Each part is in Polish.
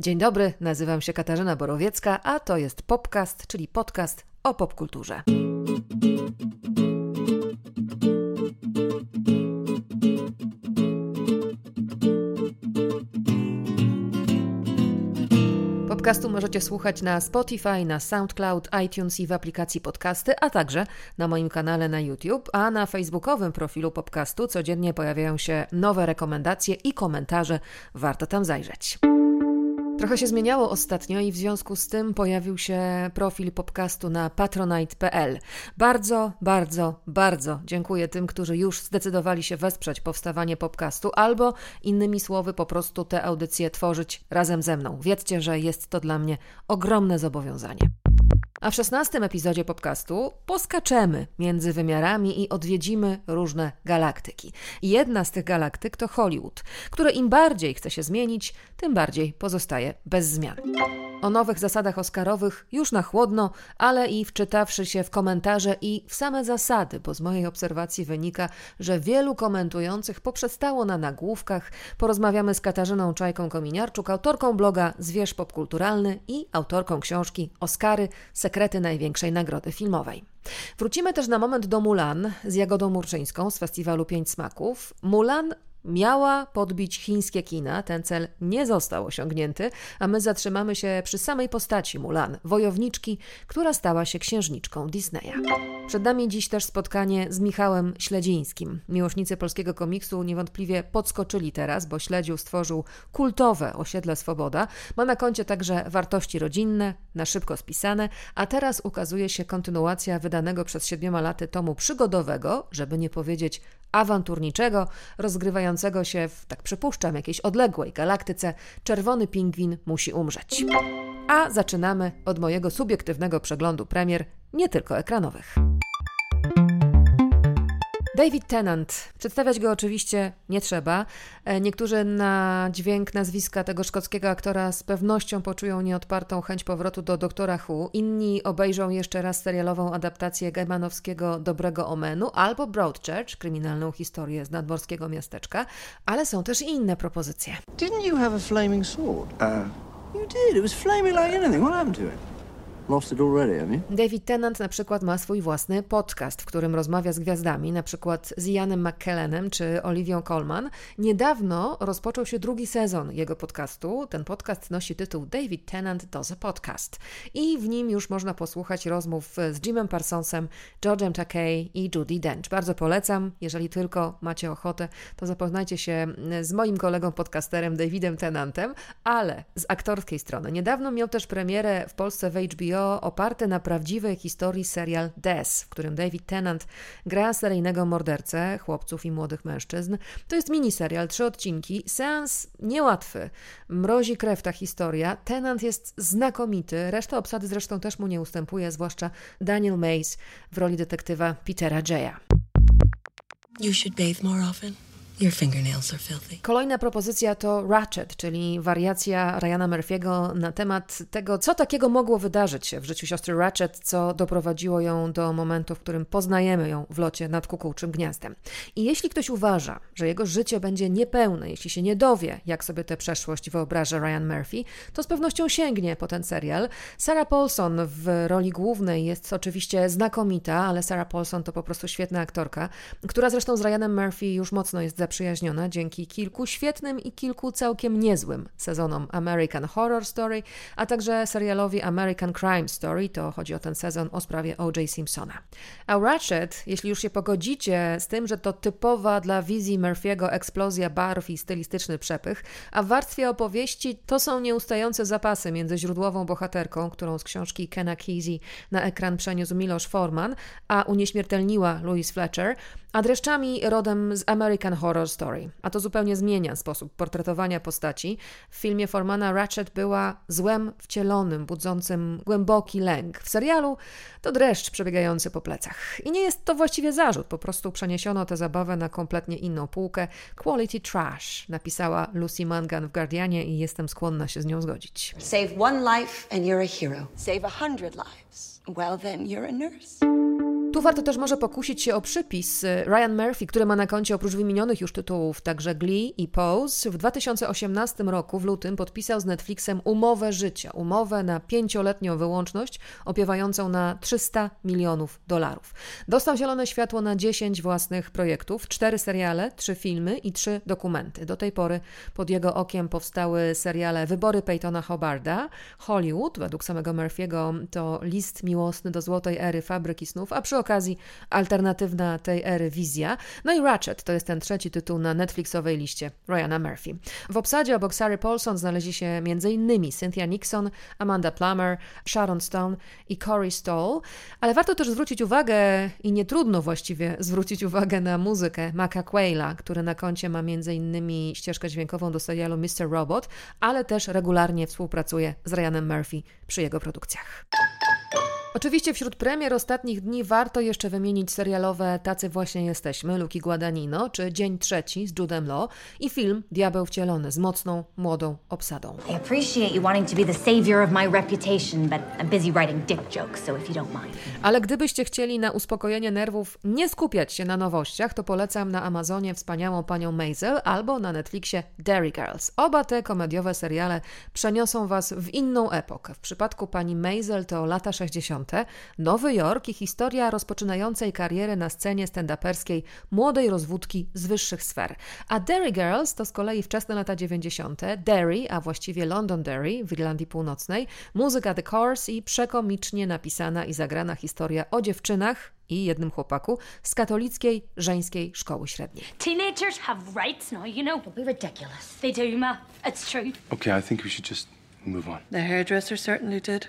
Dzień dobry, nazywam się Katarzyna Borowiecka, a to jest Popcast, czyli podcast o popkulturze. Podcastu możecie słuchać na Spotify, na SoundCloud, iTunes i w aplikacji podcasty, a także na moim kanale na YouTube, a na facebookowym profilu Popcastu codziennie pojawiają się nowe rekomendacje i komentarze. Warto tam zajrzeć. Trochę się zmieniało ostatnio i w związku z tym pojawił się profil Popcastu na patronite.pl. Bardzo dziękuję tym, którzy już zdecydowali się wesprzeć powstawanie Popcastu albo innymi słowy po prostu tę audycję tworzyć razem ze mną. Wiedzcie, że jest to dla mnie ogromne zobowiązanie. A w 16. epizodzie Popcastu poskaczemy między wymiarami i odwiedzimy różne galaktyki. I jedna z tych galaktyk to Hollywood, które im bardziej chce się zmienić, tym bardziej pozostaje bez zmian. O nowych zasadach oscarowych już na chłodno, ale i wczytawszy się w komentarze i w same zasady, bo z mojej obserwacji wynika, że wielu komentujących poprzestało na nagłówkach. Porozmawiamy z Katarzyną Czajką-Kominiarczuk, autorką bloga Zwierz Popkulturalny i autorką książki Oscary – Sekrety największej nagrody filmowej. Wrócimy też na moment do Mulan z Jagodą Murczyńską z festiwalu Pięć Smaków. Mulan miała podbić chińskie kina, ten cel nie został osiągnięty, a my zatrzymamy się przy samej postaci Mulan, wojowniczki, która stała się księżniczką Disneya. Przed nami dziś też spotkanie z Michałem Śledzińskim. Miłośnicy polskiego komiksu niewątpliwie podskoczyli teraz, bo Śledził stworzył kultowe Osiedle Swoboda, ma na koncie także wartości rodzinne, na szybko spisane, a teraz ukazuje się kontynuacja wydanego przed 7 laty tomu przygodowego, żeby nie powiedzieć awanturniczego, rozgrywającego się w, tak przypuszczam, jakiejś odległej galaktyce Czerwony Pingwin musi umrzeć. A zaczynamy od mojego subiektywnego przeglądu premier, nie tylko ekranowych. David Tennant. Przedstawiać go oczywiście nie trzeba. Niektórzy na dźwięk nazwiska tego szkockiego aktora z pewnością poczują nieodpartą chęć powrotu do Doktora Who. Inni obejrzą jeszcze raz serialową adaptację Gaimanowskiego Dobrego Omenu albo Broadchurch, kryminalną historię z nadmorskiego miasteczka, ale są też i inne propozycje. Didn't you have a flaming sword? You did. It was flaming like anything. What happened to it? Lost it already, have you? David Tennant na przykład ma swój własny podcast, w którym rozmawia z gwiazdami, na przykład z Ianem McKellanem czy Olivią Colman. Niedawno rozpoczął się drugi sezon jego podcastu. Ten podcast nosi tytuł David Tennant Does a Podcast. I w nim już można posłuchać rozmów z Jimem Parsonsem, George'em Takei i Judi Dench. Bardzo polecam. Jeżeli tylko macie ochotę, to zapoznajcie się z moim kolegą podcasterem Davidem Tennantem, ale z aktorskiej strony. Niedawno miał też premierę w Polsce w HBO oparty na prawdziwej historii serial Des, w którym David Tennant gra seryjnego mordercę chłopców i młodych mężczyzn. To jest miniserial, 3 odcinki, seans niełatwy, mrozi krew ta historia. Tennant jest znakomity, reszta obsady zresztą też mu nie ustępuje, zwłaszcza Daniel Mays w roli detektywa Petera Jaya. You should bathe more often. Your fingernails are filthy. Kolejna propozycja to Ratched, czyli wariacja Ryana Murphy'ego na temat tego, co takiego mogło wydarzyć się w życiu siostry Ratched, co doprowadziło ją do momentu, w którym poznajemy ją w locie nad kukułczym gniazdem. I jeśli ktoś uważa, że jego życie będzie niepełne, jeśli się nie dowie, jak sobie tę przeszłość wyobraża Ryan Murphy, to z pewnością sięgnie po ten serial. Sarah Paulson w roli głównej jest oczywiście znakomita, ale Sarah Paulson to po prostu świetna aktorka, która zresztą z Ryanem Murphy już mocno jest zaprzyjaźniona dzięki kilku świetnym i kilku całkiem niezłym sezonom American Horror Story, a także serialowi American Crime Story, to chodzi o ten sezon o sprawie O.J. Simpsona. A Ratched, jeśli już się pogodzicie z tym, że to typowa dla wizji Murphy'ego eksplozja barw i stylistyczny przepych, a w warstwie opowieści to są nieustające zapasy między źródłową bohaterką, którą z książki Kena Kesey na ekran przeniósł Miloš Forman, a unieśmiertelniła Louise Fletcher, a dreszczami rodem z American Horror Story. A to zupełnie zmienia sposób portretowania postaci. W filmie Formana Ratched była złem wcielonym, budzącym głęboki lęk. W serialu to dreszcz przebiegający po plecach. I nie jest to właściwie zarzut, po prostu przeniesiono tę zabawę na kompletnie inną półkę. Quality trash, napisała Lucy Mangan w Guardianie i jestem skłonna się z nią zgodzić. Save one life and you're a hero. Save 100 lives. Well then, you're a nurse. Tu warto też może pokusić się o przypis. Ryan Murphy, który ma na koncie oprócz wymienionych już tytułów także Glee i Pose, w 2018 roku w lutym podpisał z Netflixem umowę życia, umowę na 5-letnią wyłączność opiewającą na $300 milionów. Dostał zielone światło na 10 własnych projektów, 4 seriale, 3 filmy i 3 dokumenty. Do tej pory pod jego okiem powstały seriale Wybory Peytona Hobbarda, Hollywood, według samego Murphy'ego to list miłosny do złotej ery Fabryki Snów, a przy okazji alternatywna tej ery wizja. No i Ratched to jest ten trzeci tytuł na Netflixowej liście Ryana Murphy. W obsadzie obok Sarah Paulson znaleźli się m.in. Cynthia Nixon, Amanda Plummer, Sharon Stone i Corey Stoll, ale warto też zwrócić uwagę i nie trudno właściwie zwrócić uwagę na muzykę Maca Quayla, który na koncie ma m.in. ścieżkę dźwiękową do serialu Mr. Robot, ale też regularnie współpracuje z Ryanem Murphy przy jego produkcjach. Oczywiście wśród premier ostatnich dni warto jeszcze wymienić serialowe Tacy właśnie jesteśmy Luki Guadagnino czy Dzień trzeci z Judem Law i film Diabeł wcielony z mocną, młodą obsadą. I appreciate you wanting to be the savior of my reputation, but I'm busy writing dick jokes, so if you don't mind. Ale gdybyście chcieli na uspokojenie nerwów nie skupiać się na nowościach, to polecam na Amazonie wspaniałą panią Maisel albo na Netflixie Derry Girls. Oba te komediowe seriale przeniosą was w inną epokę. W przypadku pani Maisel to lata 60., Nowy Jork i historia rozpoczynającej karierę na scenie stand-uperskiej młodej rozwódki z wyższych sfer. A Derry Girls to z kolei wczesne lata 90., Derry, a właściwie Londonderry w Irlandii Północnej, muzyka The Course i przekomicznie napisana i zagrana historia o dziewczynach i jednym chłopaku z katolickiej żeńskiej szkoły średniej. Teenagers have rights now, you know. Don't be ridiculous. They do, Ma. It's true. Okay, I think we should just move on. The hairdresser certainly did.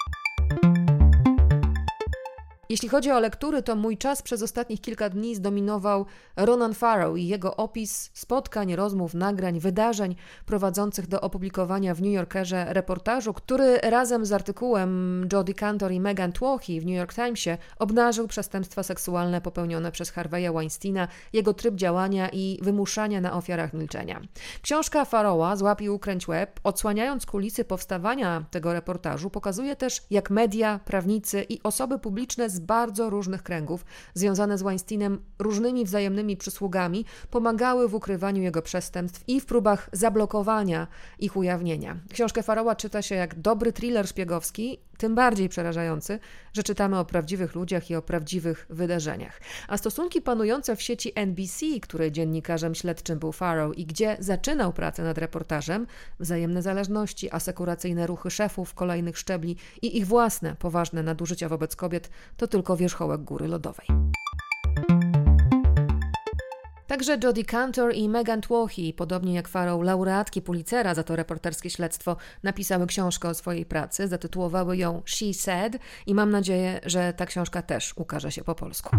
Jeśli chodzi o lektury, to mój czas przez ostatnich kilka dni zdominował Ronan Farrow i jego opis spotkań, rozmów, nagrań, wydarzeń prowadzących do opublikowania w New Yorkerze reportażu, który razem z artykułem Jodie Cantor i Megan Twohy w New York Timesie obnażył przestępstwa seksualne popełnione przez Harveya Weinsteina, jego tryb działania i wymuszania na ofiarach milczenia. Książka Farrowa Złap i ukręć łeb, odsłaniając kulisy powstawania tego reportażu, pokazuje też, jak media, prawnicy i osoby publiczne z bardzo różnych kręgów, związane z Weinsteinem różnymi wzajemnymi przysługami, pomagały w ukrywaniu jego przestępstw i w próbach zablokowania ich ujawnienia. Książkę Farrowa czyta się jak dobry thriller szpiegowski, tym bardziej przerażający, że czytamy o prawdziwych ludziach i o prawdziwych wydarzeniach. A stosunki panujące w sieci NBC, której dziennikarzem śledczym był Farrow i gdzie zaczynał pracę nad reportażem, wzajemne zależności, asekuracyjne ruchy szefów kolejnych szczebli i ich własne poważne nadużycia wobec kobiet, to tylko wierzchołek góry lodowej. Także Jodie Cantor i Megan Twohy, podobnie jak Farrow, laureatki Pulitzera za to reporterskie śledztwo, napisały książkę o swojej pracy, zatytułowały ją She Said i mam nadzieję, że ta książka też ukaże się po polsku.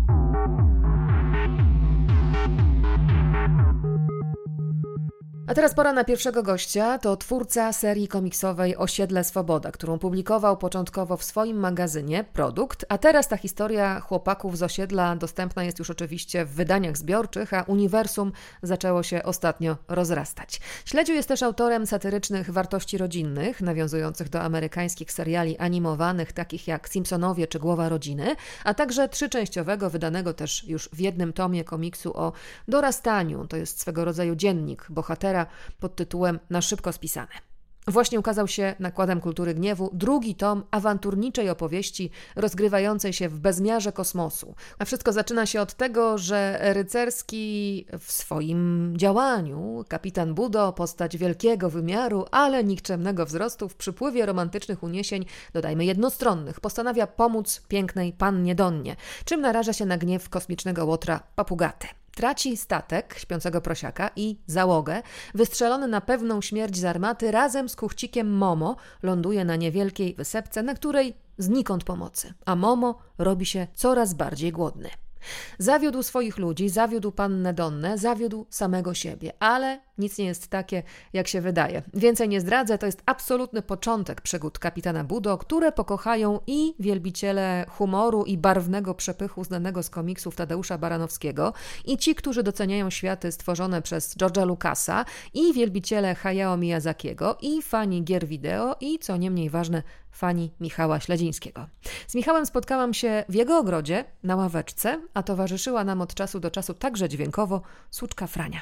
A teraz pora na pierwszego gościa. To twórca serii komiksowej Osiedle Swoboda, którą publikował początkowo w swoim magazynie Produkt, a teraz ta historia chłopaków z osiedla dostępna jest już oczywiście w wydaniach zbiorczych, a uniwersum zaczęło się ostatnio rozrastać. Śledziu jest też autorem satyrycznych wartości rodzinnych, nawiązujących do amerykańskich seriali animowanych, takich jak Simpsonowie czy Głowa rodziny, a także 3-częściowego, wydanego też już w jednym tomie komiksu o dorastaniu. To jest swego rodzaju dziennik bohatera pod tytułem Na szybko spisane. Właśnie ukazał się nakładem Kultury Gniewu drugi tom awanturniczej opowieści rozgrywającej się w bezmiarze kosmosu. A wszystko zaczyna się od tego, że rycerski w swoim działaniu kapitan Budo, postać wielkiego wymiaru, ale nikczemnego wzrostu, w przypływie romantycznych uniesień, dodajmy jednostronnych, postanawia pomóc pięknej pannie Donnie, czym naraża się na gniew kosmicznego łotra Papugaty. Traci statek śpiącego prosiaka i załogę. Wystrzelony na pewną śmierć z armaty razem z kuchcikiem Momo ląduje na niewielkiej wysepce, na której znikąd pomocy, a Momo robi się coraz bardziej głodny. Zawiódł swoich ludzi, zawiódł pannę Donnę, zawiódł samego siebie, ale nic nie jest takie, jak się wydaje. Więcej nie zdradzę, to jest absolutny początek przygód kapitana Budo, które pokochają i wielbiciele humoru i barwnego przepychu znanego z komiksów Tadeusza Baranowskiego, i ci, którzy doceniają światy stworzone przez George'a Lucasa, i wielbiciele Hayao Miyazakiego, i fani gier wideo, i co nie mniej ważne, fani Michała Śledzińskiego. Z Michałem spotkałam się w jego ogrodzie, na ławeczce, a towarzyszyła nam od czasu do czasu także dźwiękowo suczka Frania.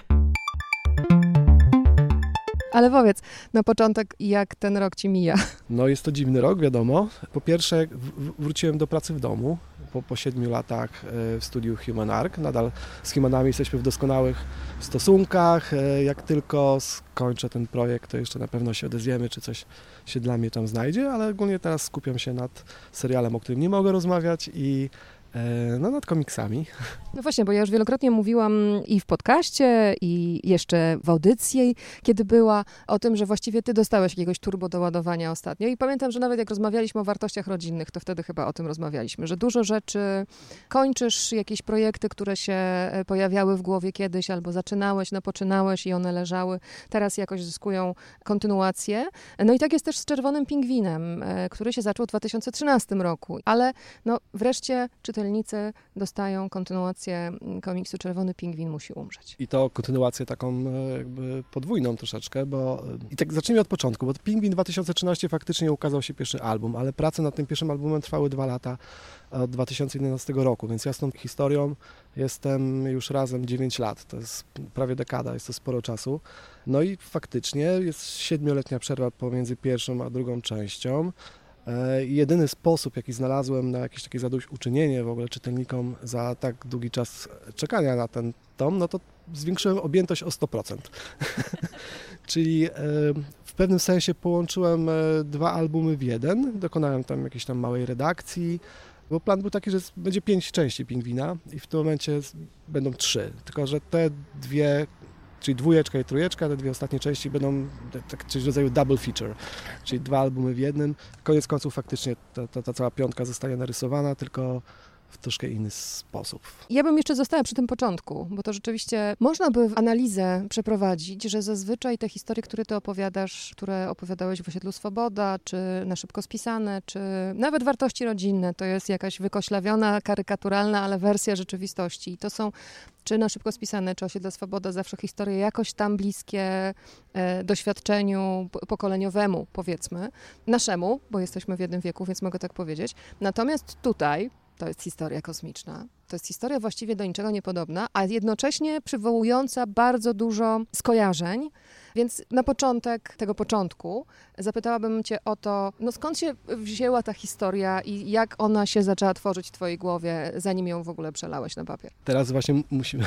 Ale powiedz, na początek, jak ten rok ci mija? No jest to dziwny rok, wiadomo. Po pierwsze wróciłem do pracy w domu po 7 latach w studiu Human Arc. Nadal z Humanami jesteśmy w doskonałych stosunkach. Jak tylko skończę ten projekt, to jeszcze na pewno się odezwiemy, czy coś się dla mnie tam znajdzie, ale ogólnie teraz skupiam się nad serialem, o którym nie mogę rozmawiać, i nad komiksami. No właśnie, bo ja już wielokrotnie mówiłam i w podcaście, i jeszcze w audycji, kiedy była, o tym, że właściwie ty dostałeś jakiegoś turbo do ładowania ostatnio. I pamiętam, że nawet jak rozmawialiśmy o wartościach rodzinnych, to wtedy chyba o tym rozmawialiśmy, że dużo rzeczy kończysz, jakieś projekty, które się pojawiały w głowie kiedyś, albo zaczynałeś, napoczynałeś i one leżały, teraz jakoś zyskują kontynuację. No i tak jest też z Czerwonym Pingwinem, który się zaczął w 2013 roku. Ale no wreszcie czytelnicy dostają kontynuację komiksu Czerwony Pingwin musi umrzeć. I to kontynuację taką jakby podwójną troszeczkę, bo i tak zacznijmy od początku, bo Pingwin 2013 faktycznie ukazał się pierwszy album, ale prace nad tym pierwszym albumem trwały 2 lata, od 2011 roku, więc ja z tą historią jestem już razem 9 lat, to jest prawie dekada, jest to sporo czasu. No i faktycznie jest 7-letnia przerwa pomiędzy pierwszą a drugą częścią. Jedyny sposób, jaki znalazłem na jakieś takie zadośćuczynienie w ogóle czytelnikom za tak długi czas czekania na ten tom, no to zwiększyłem objętość o 100%. Czyli w pewnym sensie połączyłem 2 albumy w jeden, dokonałem tam jakiejś tam małej redakcji, bo plan był taki, że będzie 5 części Pingwina i w tym momencie będą 3, tylko że te 2, czyli 2 i 3, te 2 ostatnie części będą coś w rodzaju double feature, czyli 2 albumy w jednym. Koniec końców faktycznie ta cała 5 zostanie narysowana, tylko w troszkę inny sposób. Ja bym jeszcze została przy tym początku, bo to rzeczywiście można by analizę przeprowadzić, że zazwyczaj te historie, które ty opowiadasz, które opowiadałeś w Osiedlu Swoboda, czy Na szybko spisane, czy nawet Wartości rodzinne, to jest jakaś wykoślawiona, karykaturalna, ale wersja rzeczywistości. I to są czy Na szybko spisane, czy Osiedle Swoboda, zawsze historie jakoś tam bliskie doświadczeniu pokoleniowemu, powiedzmy, naszemu, bo jesteśmy w jednym wieku, więc mogę tak powiedzieć. Natomiast tutaj to jest historia kosmiczna. To jest historia właściwie do niczego niepodobna, a jednocześnie przywołująca bardzo dużo skojarzeń. Więc na początek tego początku zapytałabym cię o to, no skąd się wzięła ta historia i jak ona się zaczęła tworzyć w twojej głowie, zanim ją w ogóle przelałeś na papier? Teraz właśnie musimy,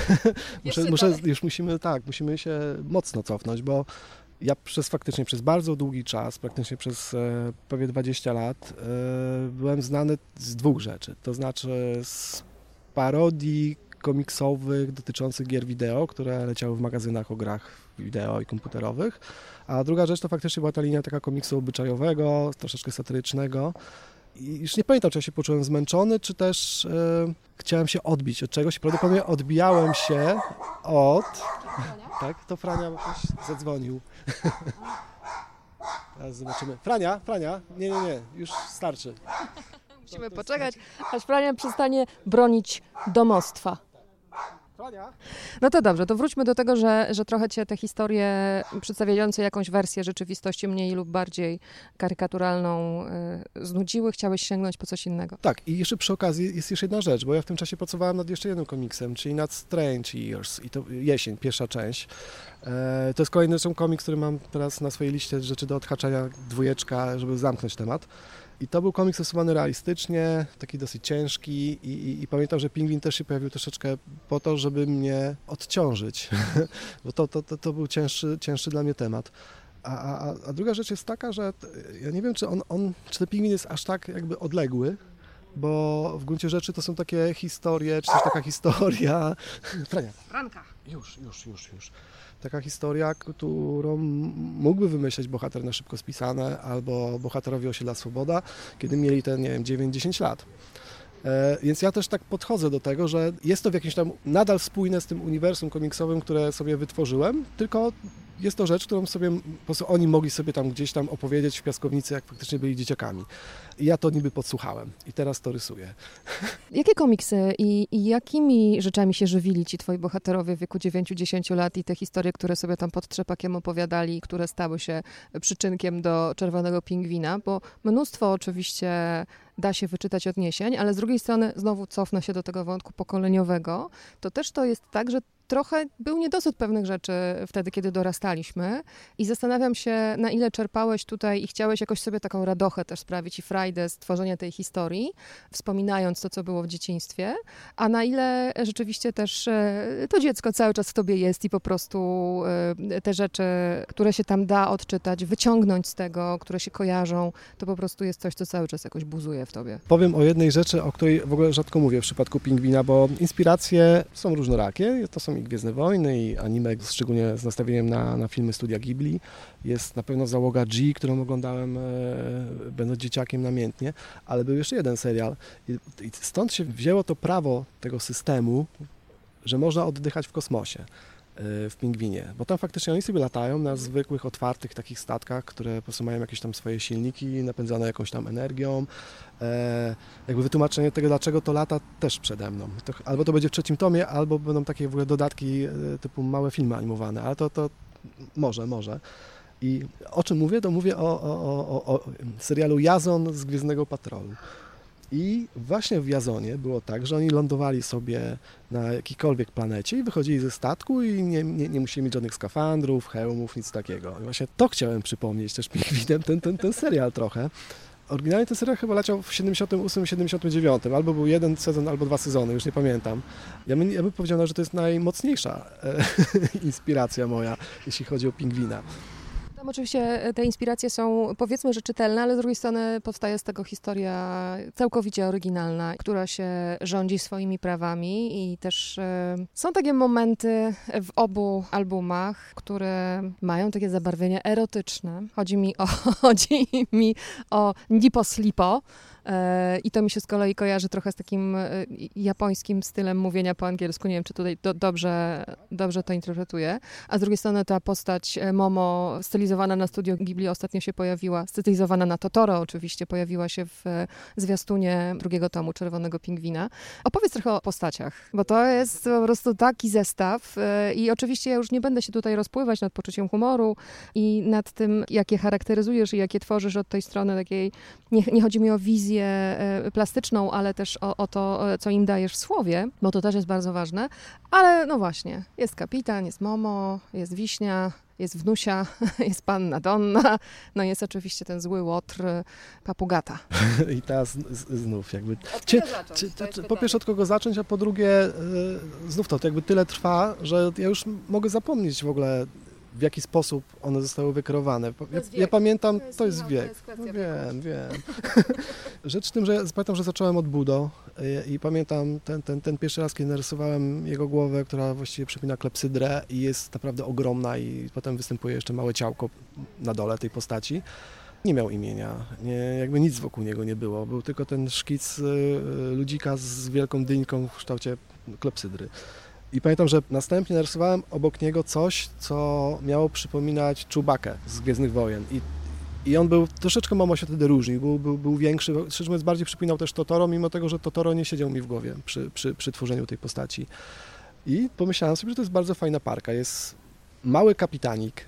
musimy się mocno cofnąć, bo ja faktycznie przez bardzo długi czas, praktycznie przez prawie 20 lat byłem znany z 2 rzeczy, to znaczy z parodii komiksowych dotyczących gier wideo, które leciały w magazynach o grach wideo i komputerowych, a druga rzecz to faktycznie była ta linia taka komiksu obyczajowego, troszeczkę satyrycznego. I już nie pamiętam, czy ja się poczułem zmęczony, czy też chciałem się odbić od czegoś. Prawdopodobnie odbijałem się od... Tak, to Frania jakoś zadzwonił. Teraz zobaczymy. Frania, nie, już starczy. Musimy poczekać, aż Frania przestanie bronić domostwa. No to dobrze, to wróćmy do tego, że trochę cię te historie przedstawiające jakąś wersję rzeczywistości mniej lub bardziej karykaturalną znudziły, chciałeś sięgnąć po coś innego. Tak, i jeszcze przy okazji jest jeszcze jedna rzecz, bo ja w tym czasie pracowałem nad jeszcze jednym komiksem, czyli nad Strange Years i to Jesień, pierwsza część. To jest kolejny komiks, który mam teraz na swojej liście rzeczy do odhaczenia, 2, żeby zamknąć temat. I to był komiks rysowany realistycznie, taki dosyć ciężki i pamiętam, że Pingwin też się pojawił troszeczkę po to, żeby mnie odciążyć, bo to był cięższy dla mnie temat. A druga rzecz jest taka, że ja nie wiem, czy ten Pingwin jest aż tak jakby odległy, bo w gruncie rzeczy to są takie historie, czy też taka historia... Frania. Franka. Już. Taka historia, którą mógłby wymyśleć bohater Na szybko spisane albo bohaterowie Osiedla Swoboda, kiedy mieli te, 9-10 lat. Więc ja też tak podchodzę do tego, że jest to w jakimś tam nadal spójne z tym uniwersum komiksowym, które sobie wytworzyłem, tylko jest to rzecz, którą sobie po prostu oni mogli sobie tam gdzieś tam opowiedzieć w piaskownicy, jak faktycznie byli dzieciakami. I ja to niby podsłuchałem i teraz to rysuję. Jakie komiksy i jakimi rzeczami się żywili ci twoi bohaterowie w wieku 9-10 lat i te historie, które sobie tam pod trzepakiem opowiadali, które stały się przyczynkiem do Czerwonego Pingwina? Bo mnóstwo oczywiście da się wyczytać odniesień, ale z drugiej strony znowu cofnę się do tego wątku pokoleniowego, to też to jest tak, że trochę był niedosyt pewnych rzeczy wtedy, kiedy dorastaliśmy i zastanawiam się, na ile czerpałeś tutaj i chciałeś jakoś sobie taką radochę też sprawić i frajdę z tworzenia tej historii, wspominając to, co było w dzieciństwie, a na ile rzeczywiście też to dziecko cały czas w tobie jest i po prostu te rzeczy, które się tam da odczytać, wyciągnąć z tego, które się kojarzą, to po prostu jest coś, co cały czas jakoś buzuje w tobie. Powiem o jednej rzeczy, o której w ogóle rzadko mówię w przypadku Pingwina, bo inspiracje są różnorakie. To są i Gwiezdne Wojny, i anime, szczególnie z nastawieniem na filmy studia Ghibli. Jest na pewno Załoga G, którą oglądałem będąc dzieciakiem namiętnie, ale był jeszcze jeden serial. I stąd się wzięło to prawo tego systemu, że można oddychać w kosmosie. W Pingwinie, bo tam faktycznie oni sobie latają na zwykłych, otwartych takich statkach, które po prostu mają jakieś tam swoje silniki napędzane jakąś tam energią. Jakby wytłumaczenie tego, dlaczego to lata, też przede mną. Albo to będzie w 3. tomie, albo będą takie w ogóle dodatki typu małe filmy animowane, ale to może. I o czym mówię? To mówię o serialu Jazon z Gwiezdnego Patrolu. I właśnie w Jazonie było tak, że oni lądowali sobie na jakiejkolwiek planecie i wychodzili ze statku i nie musieli mieć żadnych skafandrów, hełmów, nic takiego. I właśnie to chciałem przypomnieć też Pingwinem, ten serial trochę. Oryginalnie ten serial chyba leciał w 78-79, albo był 1 sezon, albo 2 sezony, już nie pamiętam. Ja bym powiedział, że to jest najmocniejsza inspiracja moja, jeśli chodzi o Pingwina. Tam oczywiście te inspiracje są, powiedzmy, że czytelne, ale z drugiej strony powstaje z tego historia całkowicie oryginalna, która się rządzi swoimi prawami i też są takie momenty w obu albumach, które mają takie zabarwienie erotyczne. Chodzi mi o Nipo Slipo. I to mi się z kolei kojarzy trochę z takim japońskim stylem mówienia po angielsku. Nie wiem, czy tutaj dobrze to interpretuję. A z drugiej strony ta postać Momo stylizowana na studio Ghibli ostatnio się pojawiła, stylizowana na Totoro oczywiście, pojawiła się w zwiastunie 2. tomu Czerwonego Pingwina. Opowiedz trochę o postaciach, bo to jest po prostu taki zestaw i oczywiście ja już nie będę się tutaj rozpływać nad poczuciem humoru i nad tym, jakie charakteryzujesz i jakie tworzysz od tej strony takiej, nie chodzi mi o wizję plastyczną, ale też o to, co im dajesz w słowie, bo to też jest bardzo ważne. Ale no właśnie, jest kapitan, jest Momo, jest Wiśnia, jest Wnusia, jest Panna Donna, no jest oczywiście ten zły łotr Papugata. I teraz znów jakby... Po pierwsze od kogo zacząć, a po drugie znów to jakby tyle trwa, że ja już mogę zapomnieć w ogóle, w jaki sposób one zostały wykreowane. Ja pamiętam, to jest wiek. No, wiem. Rzecz w tym, że pamiętam, że zacząłem od Budo i pamiętam ten pierwszy raz, kiedy narysowałem jego głowę, która właściwie przypomina klepsydrę i jest naprawdę ogromna i potem występuje jeszcze małe ciałko na dole tej postaci. Nie miał imienia, jakby nic wokół niego nie było. Był tylko ten szkic ludzika z wielką dyńką w kształcie klepsydry. I pamiętam, że następnie narysowałem obok niego coś, co miało przypominać Chewbackę z Gwiezdnych Wojen. I on był, troszeczkę Momo się wtedy różnił, był większy, szczerze mówiąc bardziej przypominał też Totoro, mimo tego, że Totoro nie siedział mi w głowie przy tworzeniu tej postaci. I pomyślałem sobie, że to jest bardzo fajna parka. Jest mały kapitanik,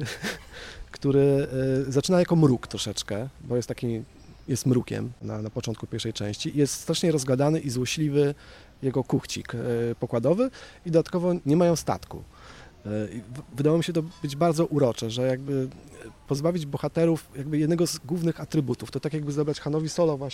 który zaczyna jako mruk troszeczkę, bo jest mrukiem na początku pierwszej części. Jest strasznie rozgadany i złośliwy jego kuchcik pokładowy i dodatkowo nie mają statku. Wydało mi się to być bardzo urocze, że jakby pozbawić bohaterów jakby jednego z głównych atrybutów. To tak jakby zabrać Hanowi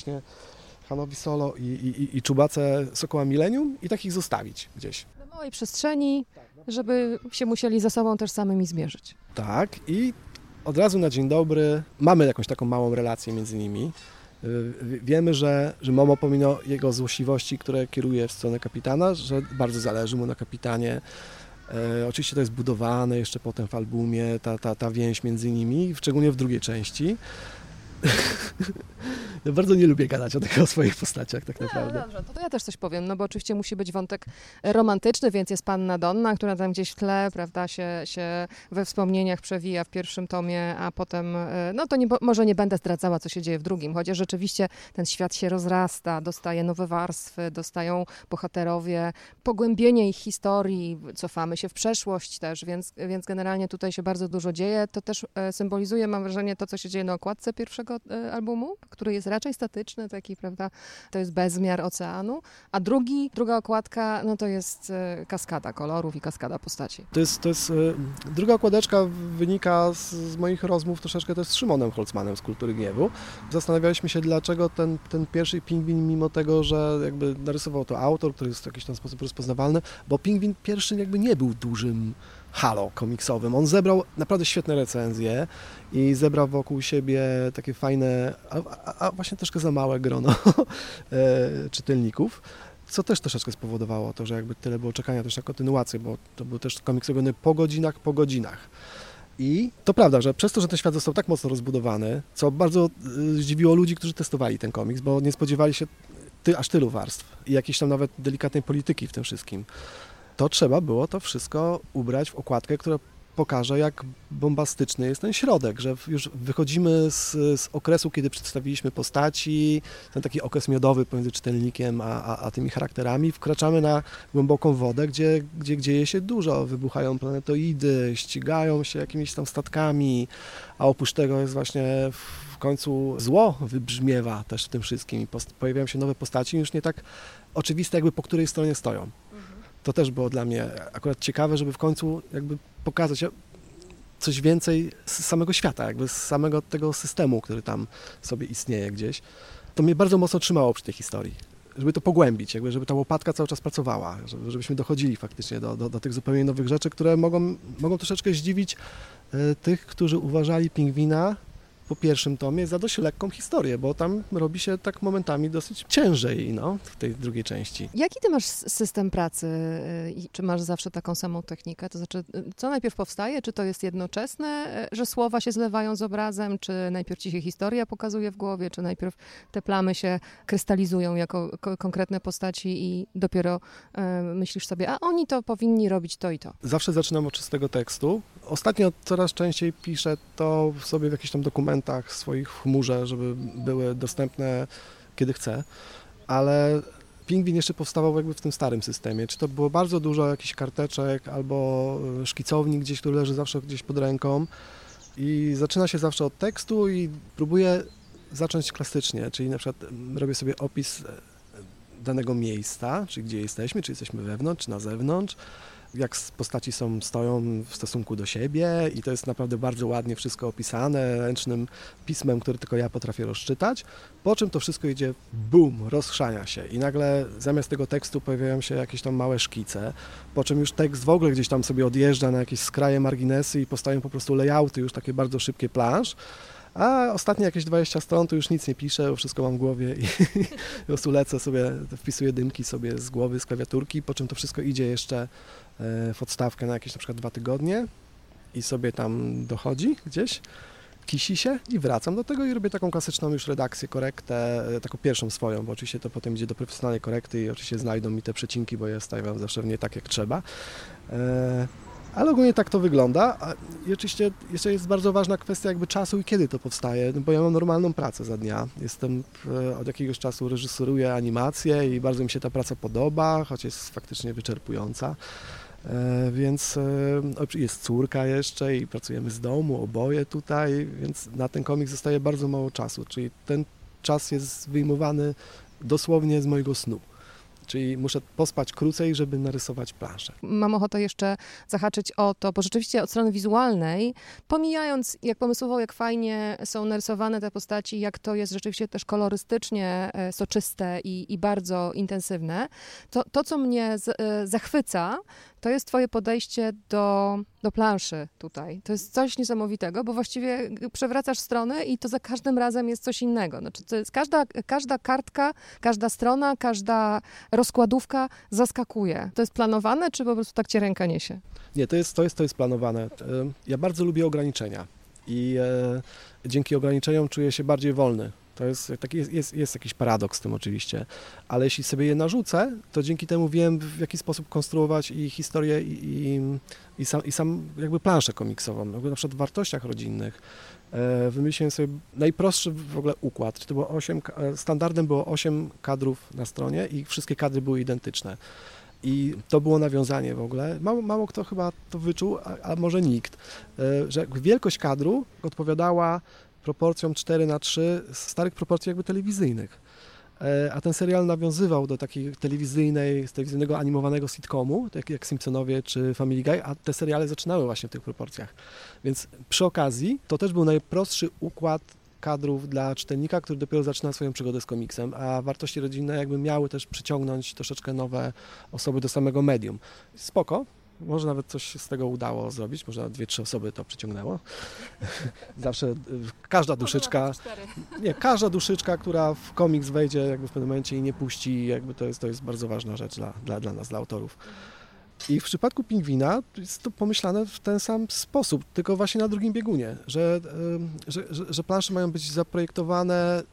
Solo i Czubacę Sokoła Millennium i tak ich zostawić gdzieś. Na małej przestrzeni, żeby się musieli ze sobą też samymi zmierzyć. Tak i od razu na dzień dobry mamy jakąś taką małą relację między nimi. Wiemy, że Momo pomimo jego złośliwości, które kieruje w stronę kapitana, że bardzo zależy mu na kapitanie. Oczywiście to jest budowane jeszcze potem w albumie, ta więź między nimi, szczególnie w drugiej części. bardzo nie lubię gadać o swoich postaciach tak naprawdę. No dobrze, to ja też coś powiem, no bo oczywiście musi być wątek romantyczny, więc jest panna Donna, która tam gdzieś w tle, prawda, się we wspomnieniach przewija w pierwszym tomie, a potem, no to może nie będę zdradzała, co się dzieje w drugim, chociaż rzeczywiście ten świat się rozrasta, dostaje nowe warstwy, dostają bohaterowie, pogłębienie ich historii, cofamy się w przeszłość też, więc generalnie tutaj się bardzo dużo dzieje. To też symbolizuje, mam wrażenie, to, co się dzieje na okładce pierwszego albumu, który jest raczej statyczny, taki, prawda, to jest bezmiar oceanu, a druga okładka, no to jest kaskada kolorów i kaskada postaci. To jest druga okładeczka wynika z moich rozmów troszeczkę też z Szymonem Holzmanem z Kultury Gniewu. Zastanawialiśmy się, dlaczego ten pierwszy Pingwin, mimo tego, że jakby narysował to autor, który jest w jakiś tam sposób rozpoznawalny, bo Pingwin pierwszy jakby nie był dużym halo komiksowym. On zebrał naprawdę świetne recenzje i zebrał wokół siebie takie fajne, a właśnie troszkę za małe grono czytelników, co też troszeczkę spowodowało to, że jakby tyle było czekania też na kontynuację, bo to był też komiks robiony po godzinach. I to prawda, że przez to, że ten świat został tak mocno rozbudowany, co bardzo zdziwiło ludzi, którzy testowali ten komiks, bo nie spodziewali się aż tylu warstw i jakiejś tam nawet delikatnej polityki w tym wszystkim, to trzeba było to wszystko ubrać w okładkę, która pokaże, jak bombastyczny jest ten środek, że już wychodzimy z okresu, kiedy przedstawiliśmy postaci, ten taki okres miodowy pomiędzy czytelnikiem a tymi charakterami, wkraczamy na głęboką wodę, gdzie dzieje się dużo, wybuchają planetoidy, ścigają się jakimiś tam statkami, a oprócz tego jest właśnie w końcu zło wybrzmiewa też w tym wszystkim i pojawiają się nowe postaci, już nie tak oczywiste jakby po której stronie stoją. To też było dla mnie akurat ciekawe, żeby w końcu jakby pokazać coś więcej z samego świata, jakby z samego tego systemu, który tam sobie istnieje gdzieś. To mnie bardzo mocno trzymało przy tej historii, żeby to pogłębić, jakby żeby ta łopatka cały czas pracowała, żebyśmy dochodzili faktycznie do tych zupełnie nowych rzeczy, które mogą troszeczkę zdziwić tych, którzy uważali Pingwina po pierwszym tomie za dość lekką historię, bo tam robi się tak momentami dosyć ciężej w tej drugiej części. Jaki ty masz system pracy i czy masz zawsze taką samą technikę? To znaczy, co najpierw powstaje? Czy to jest jednoczesne, że słowa się zlewają z obrazem? Czy najpierw ci się historia pokazuje w głowie? Czy najpierw te plamy się krystalizują jako konkretne postaci i dopiero myślisz sobie, a oni to powinni robić to i to? Zawsze zaczynam od czystego tekstu. Ostatnio coraz częściej piszę to sobie w jakichś tam dokumentach swoich w chmurze, żeby były dostępne kiedy chcę, ale Pingwin jeszcze powstawał jakby w tym starym systemie. Czy to było bardzo dużo jakichś karteczek albo szkicownik gdzieś, który leży zawsze gdzieś pod ręką i zaczyna się zawsze od tekstu i próbuję zacząć klasycznie, czyli na przykład robię sobie opis danego miejsca, czyli gdzie jesteśmy, czy jesteśmy wewnątrz, czy na zewnątrz, jak postaci stoją w stosunku do siebie i to jest naprawdę bardzo ładnie wszystko opisane ręcznym pismem, które tylko ja potrafię rozczytać, po czym to wszystko idzie bum, rozchrzania się i nagle zamiast tego tekstu pojawiają się jakieś tam małe szkice, po czym już tekst w ogóle gdzieś tam sobie odjeżdża na jakieś skraje, marginesy i powstają po prostu layouty, już takie bardzo szybkie plansz, a ostatnie jakieś 20 stron to już nic nie piszę, wszystko mam w głowie i po prostu lecę sobie, wpisuję dymki sobie z głowy, z klawiaturki, po czym to wszystko idzie jeszcze w odstawkę na jakieś na przykład 2 tygodnie i sobie tam dochodzi gdzieś, kisi się i wracam do tego i robię taką klasyczną już redakcję, korektę, taką pierwszą swoją, bo oczywiście to potem idzie do profesjonalnej korekty i oczywiście znajdą mi te przecinki, bo ja stawiam zawsze w nie tak jak trzeba. Ale ogólnie tak to wygląda i oczywiście jeszcze jest bardzo ważna kwestia jakby czasu i kiedy to powstaje, bo ja mam normalną pracę za dnia. Od jakiegoś czasu reżyseruję animację i bardzo mi się ta praca podoba, choć jest faktycznie wyczerpująca. Więc jest córka jeszcze i pracujemy z domu, oboje tutaj, więc na ten komiks zostaje bardzo mało czasu, czyli ten czas jest wyjmowany dosłownie z mojego snu. Czyli muszę pospać krócej, żeby narysować planszę. Mam ochotę jeszcze zahaczyć o to, bo rzeczywiście od strony wizualnej, pomijając jak pomysłowo, jak fajnie są narysowane te postaci, jak to jest rzeczywiście też kolorystycznie soczyste i bardzo intensywne, to co mnie zachwyca, to jest twoje podejście do planszy tutaj. To jest coś niesamowitego, bo właściwie przewracasz stronę i to za każdym razem jest coś innego. Znaczy, to jest każda kartka, każda strona, każda rozkładówka zaskakuje. To jest planowane, czy po prostu tak cię ręka niesie? Nie, to jest planowane. Ja bardzo lubię ograniczenia i dzięki ograniczeniom czuję się bardziej wolny. To jest jakiś paradoks w tym oczywiście, ale jeśli sobie je narzucę, to dzięki temu wiem, w jaki sposób konstruować i historię i sam jakby planszę komiksową, jakby na przykład w wartościach rodzinnych. Wymyśliłem sobie najprostszy w ogóle układ. To było standardem było 8 kadrów na stronie i wszystkie kadry były identyczne. I to było nawiązanie w ogóle. Mało kto chyba to wyczuł, a może nikt, że wielkość kadru odpowiadała proporcjom 4:3 starych proporcji jakby telewizyjnych. A ten serial nawiązywał do takiej telewizyjnego animowanego sitcomu, tak jak Simpsonowie czy Family Guy, a te seriale zaczynały właśnie w tych proporcjach. Więc przy okazji to też był najprostszy układ kadrów dla czytelnika, który dopiero zaczyna swoją przygodę z komiksem, a wartości rodzinne jakby miały też przyciągnąć troszeczkę nowe osoby do samego medium. Spoko. Może nawet coś z tego udało zrobić, może nawet 2-3 osoby to przyciągnęło. Zawsze każda duszyczka, która w komiks wejdzie jakby w pewnym momencie i nie puści, jakby to jest bardzo ważna rzecz dla nas, dla autorów. I w przypadku Pingwina jest to pomyślane w ten sam sposób, tylko właśnie na drugim biegunie, że plansze mają być zaprojektowane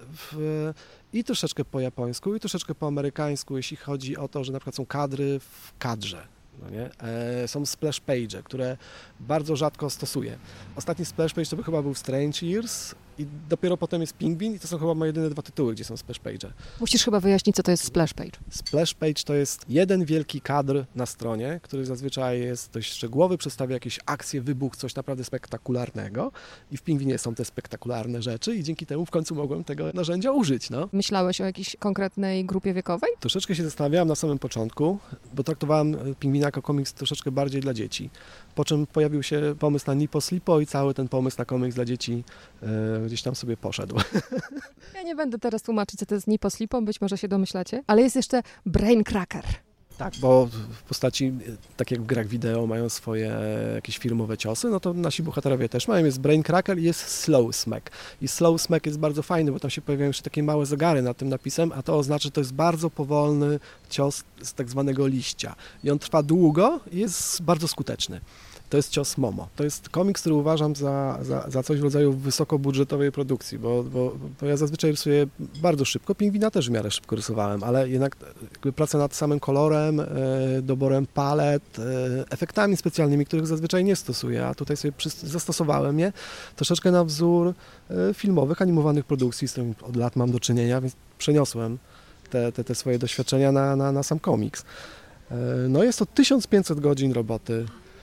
i troszeczkę po japońsku, i troszeczkę po amerykańsku, jeśli chodzi o to, że na przykład są kadry w kadrze. No nie? Są splash page, które bardzo rzadko stosuję. Ostatni splash page to by chyba był Strange Years i dopiero potem jest Pingwin i to są chyba moje jedyne 2 tytuły, gdzie są splash page. Musisz chyba wyjaśnić, co to jest splash page. Splash page to jest jeden wielki kadr na stronie, który zazwyczaj jest dość szczegółowy, przedstawia jakieś akcje, wybuch, coś naprawdę spektakularnego i w Pingwinie są te spektakularne rzeczy i dzięki temu w końcu mogłem tego narzędzia użyć. No. Myślałeś o jakiejś konkretnej grupie wiekowej? Troszeczkę się zastanawiałem na samym początku, bo traktowałem Pingwina jako komiks troszeczkę bardziej dla dzieci. Po czym pojawił się pomysł na Nipo Slipo i cały ten pomysł na komiks dla dzieci gdzieś tam sobie poszedł. Ja nie będę teraz tłumaczyć, co to jest Nipo Slipo, być może się domyślacie, ale jest jeszcze Brain Cracker. Tak, bo w postaci, tak jak w grach wideo mają swoje jakieś firmowe ciosy, no to nasi bohaterowie też mają. Jest Brain Cracker i jest Slow Smack. I Slow Smack jest bardzo fajny, bo tam się pojawiają jeszcze takie małe zegary nad tym napisem, a to oznacza, że to jest bardzo powolny cios z tak zwanego liścia. I on trwa długo i jest bardzo skuteczny. To jest cios Momo. To jest komiks, który uważam za coś w rodzaju wysokobudżetowej produkcji, bo ja zazwyczaj rysuję bardzo szybko. Pingwina też w miarę szybko rysowałem, ale jednak praca nad samym kolorem, doborem palet, efektami specjalnymi, których zazwyczaj nie stosuję, a tutaj sobie zastosowałem je troszeczkę na wzór filmowych, animowanych produkcji, z którymi od lat mam do czynienia, więc przeniosłem te swoje doświadczenia na sam komiks. No jest to 1500 godzin roboty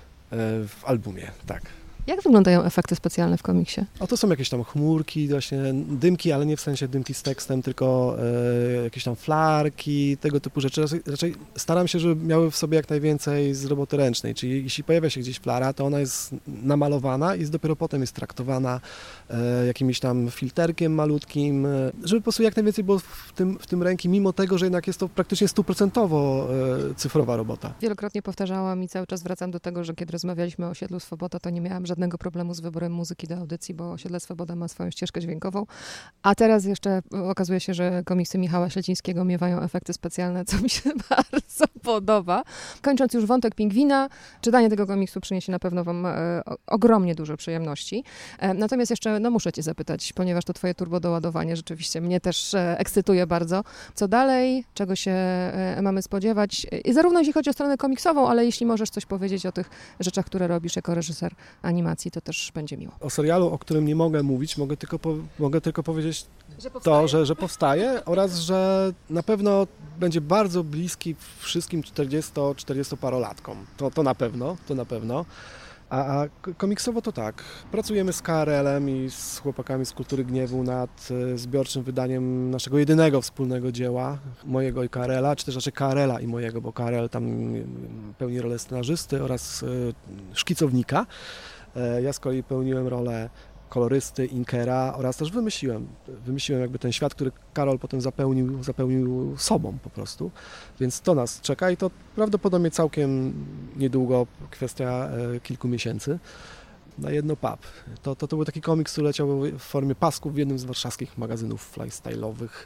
w albumie, tak. Jak wyglądają efekty specjalne w komiksie? O, to są jakieś tam chmurki, właśnie dymki, ale nie w sensie dymki z tekstem, tylko jakieś tam flarki, tego typu rzeczy. Raczej staram się, żeby miały w sobie jak najwięcej z roboty ręcznej, czyli jeśli pojawia się gdzieś flara, to ona jest namalowana i dopiero potem jest traktowana jakimś tam filterkiem malutkim, żeby po prostu jak najwięcej było w tym ręki, mimo tego, że jednak jest to praktycznie 100% cyfrowa robota. Wielokrotnie powtarzałam i cały czas wracam do tego, że kiedy rozmawialiśmy o Osiedlu Swoboda, to nie miałam żadnego problemu z wyborem muzyki do audycji, bo Osiedle Swoboda ma swoją ścieżkę dźwiękową. A teraz jeszcze okazuje się, że komiksy Michała Śledzińskiego miewają efekty specjalne, co mi się bardzo podoba. Kończąc już wątek Pingwina, czytanie tego komiksu przyniesie na pewno wam ogromnie dużo przyjemności. Natomiast jeszcze, muszę cię zapytać, ponieważ to twoje turbodoładowanie rzeczywiście mnie też ekscytuje bardzo. Co dalej? Czego się mamy spodziewać? I zarówno jeśli chodzi o stronę komiksową, ale jeśli możesz coś powiedzieć o tych rzeczach, które robisz jako reżyser animacji, to też będzie miło. O serialu, o którym nie mogę mówić, mogę tylko powiedzieć że powstaje oraz, że na pewno będzie bardzo bliski wszystkim 40-parolatkom. To na pewno. A komiksowo to tak. Pracujemy z KRL-em i z chłopakami z Kultury Gniewu nad zbiorczym wydaniem naszego jedynego wspólnego dzieła, mojego i KRL-a, czy też raczej KRL-a i mojego, bo KRL tam pełni rolę scenarzysty oraz szkicownika. Ja z kolei pełniłem rolę kolorysty, inkera oraz też wymyśliłem jakby ten świat, który Karol potem zapełnił sobą po prostu, więc to nas czeka i to prawdopodobnie całkiem niedługo, kwestia kilku miesięcy, na jedno pub. To był taki komiks, który leciał w formie pasków w jednym z warszawskich magazynów lifestyle'owych.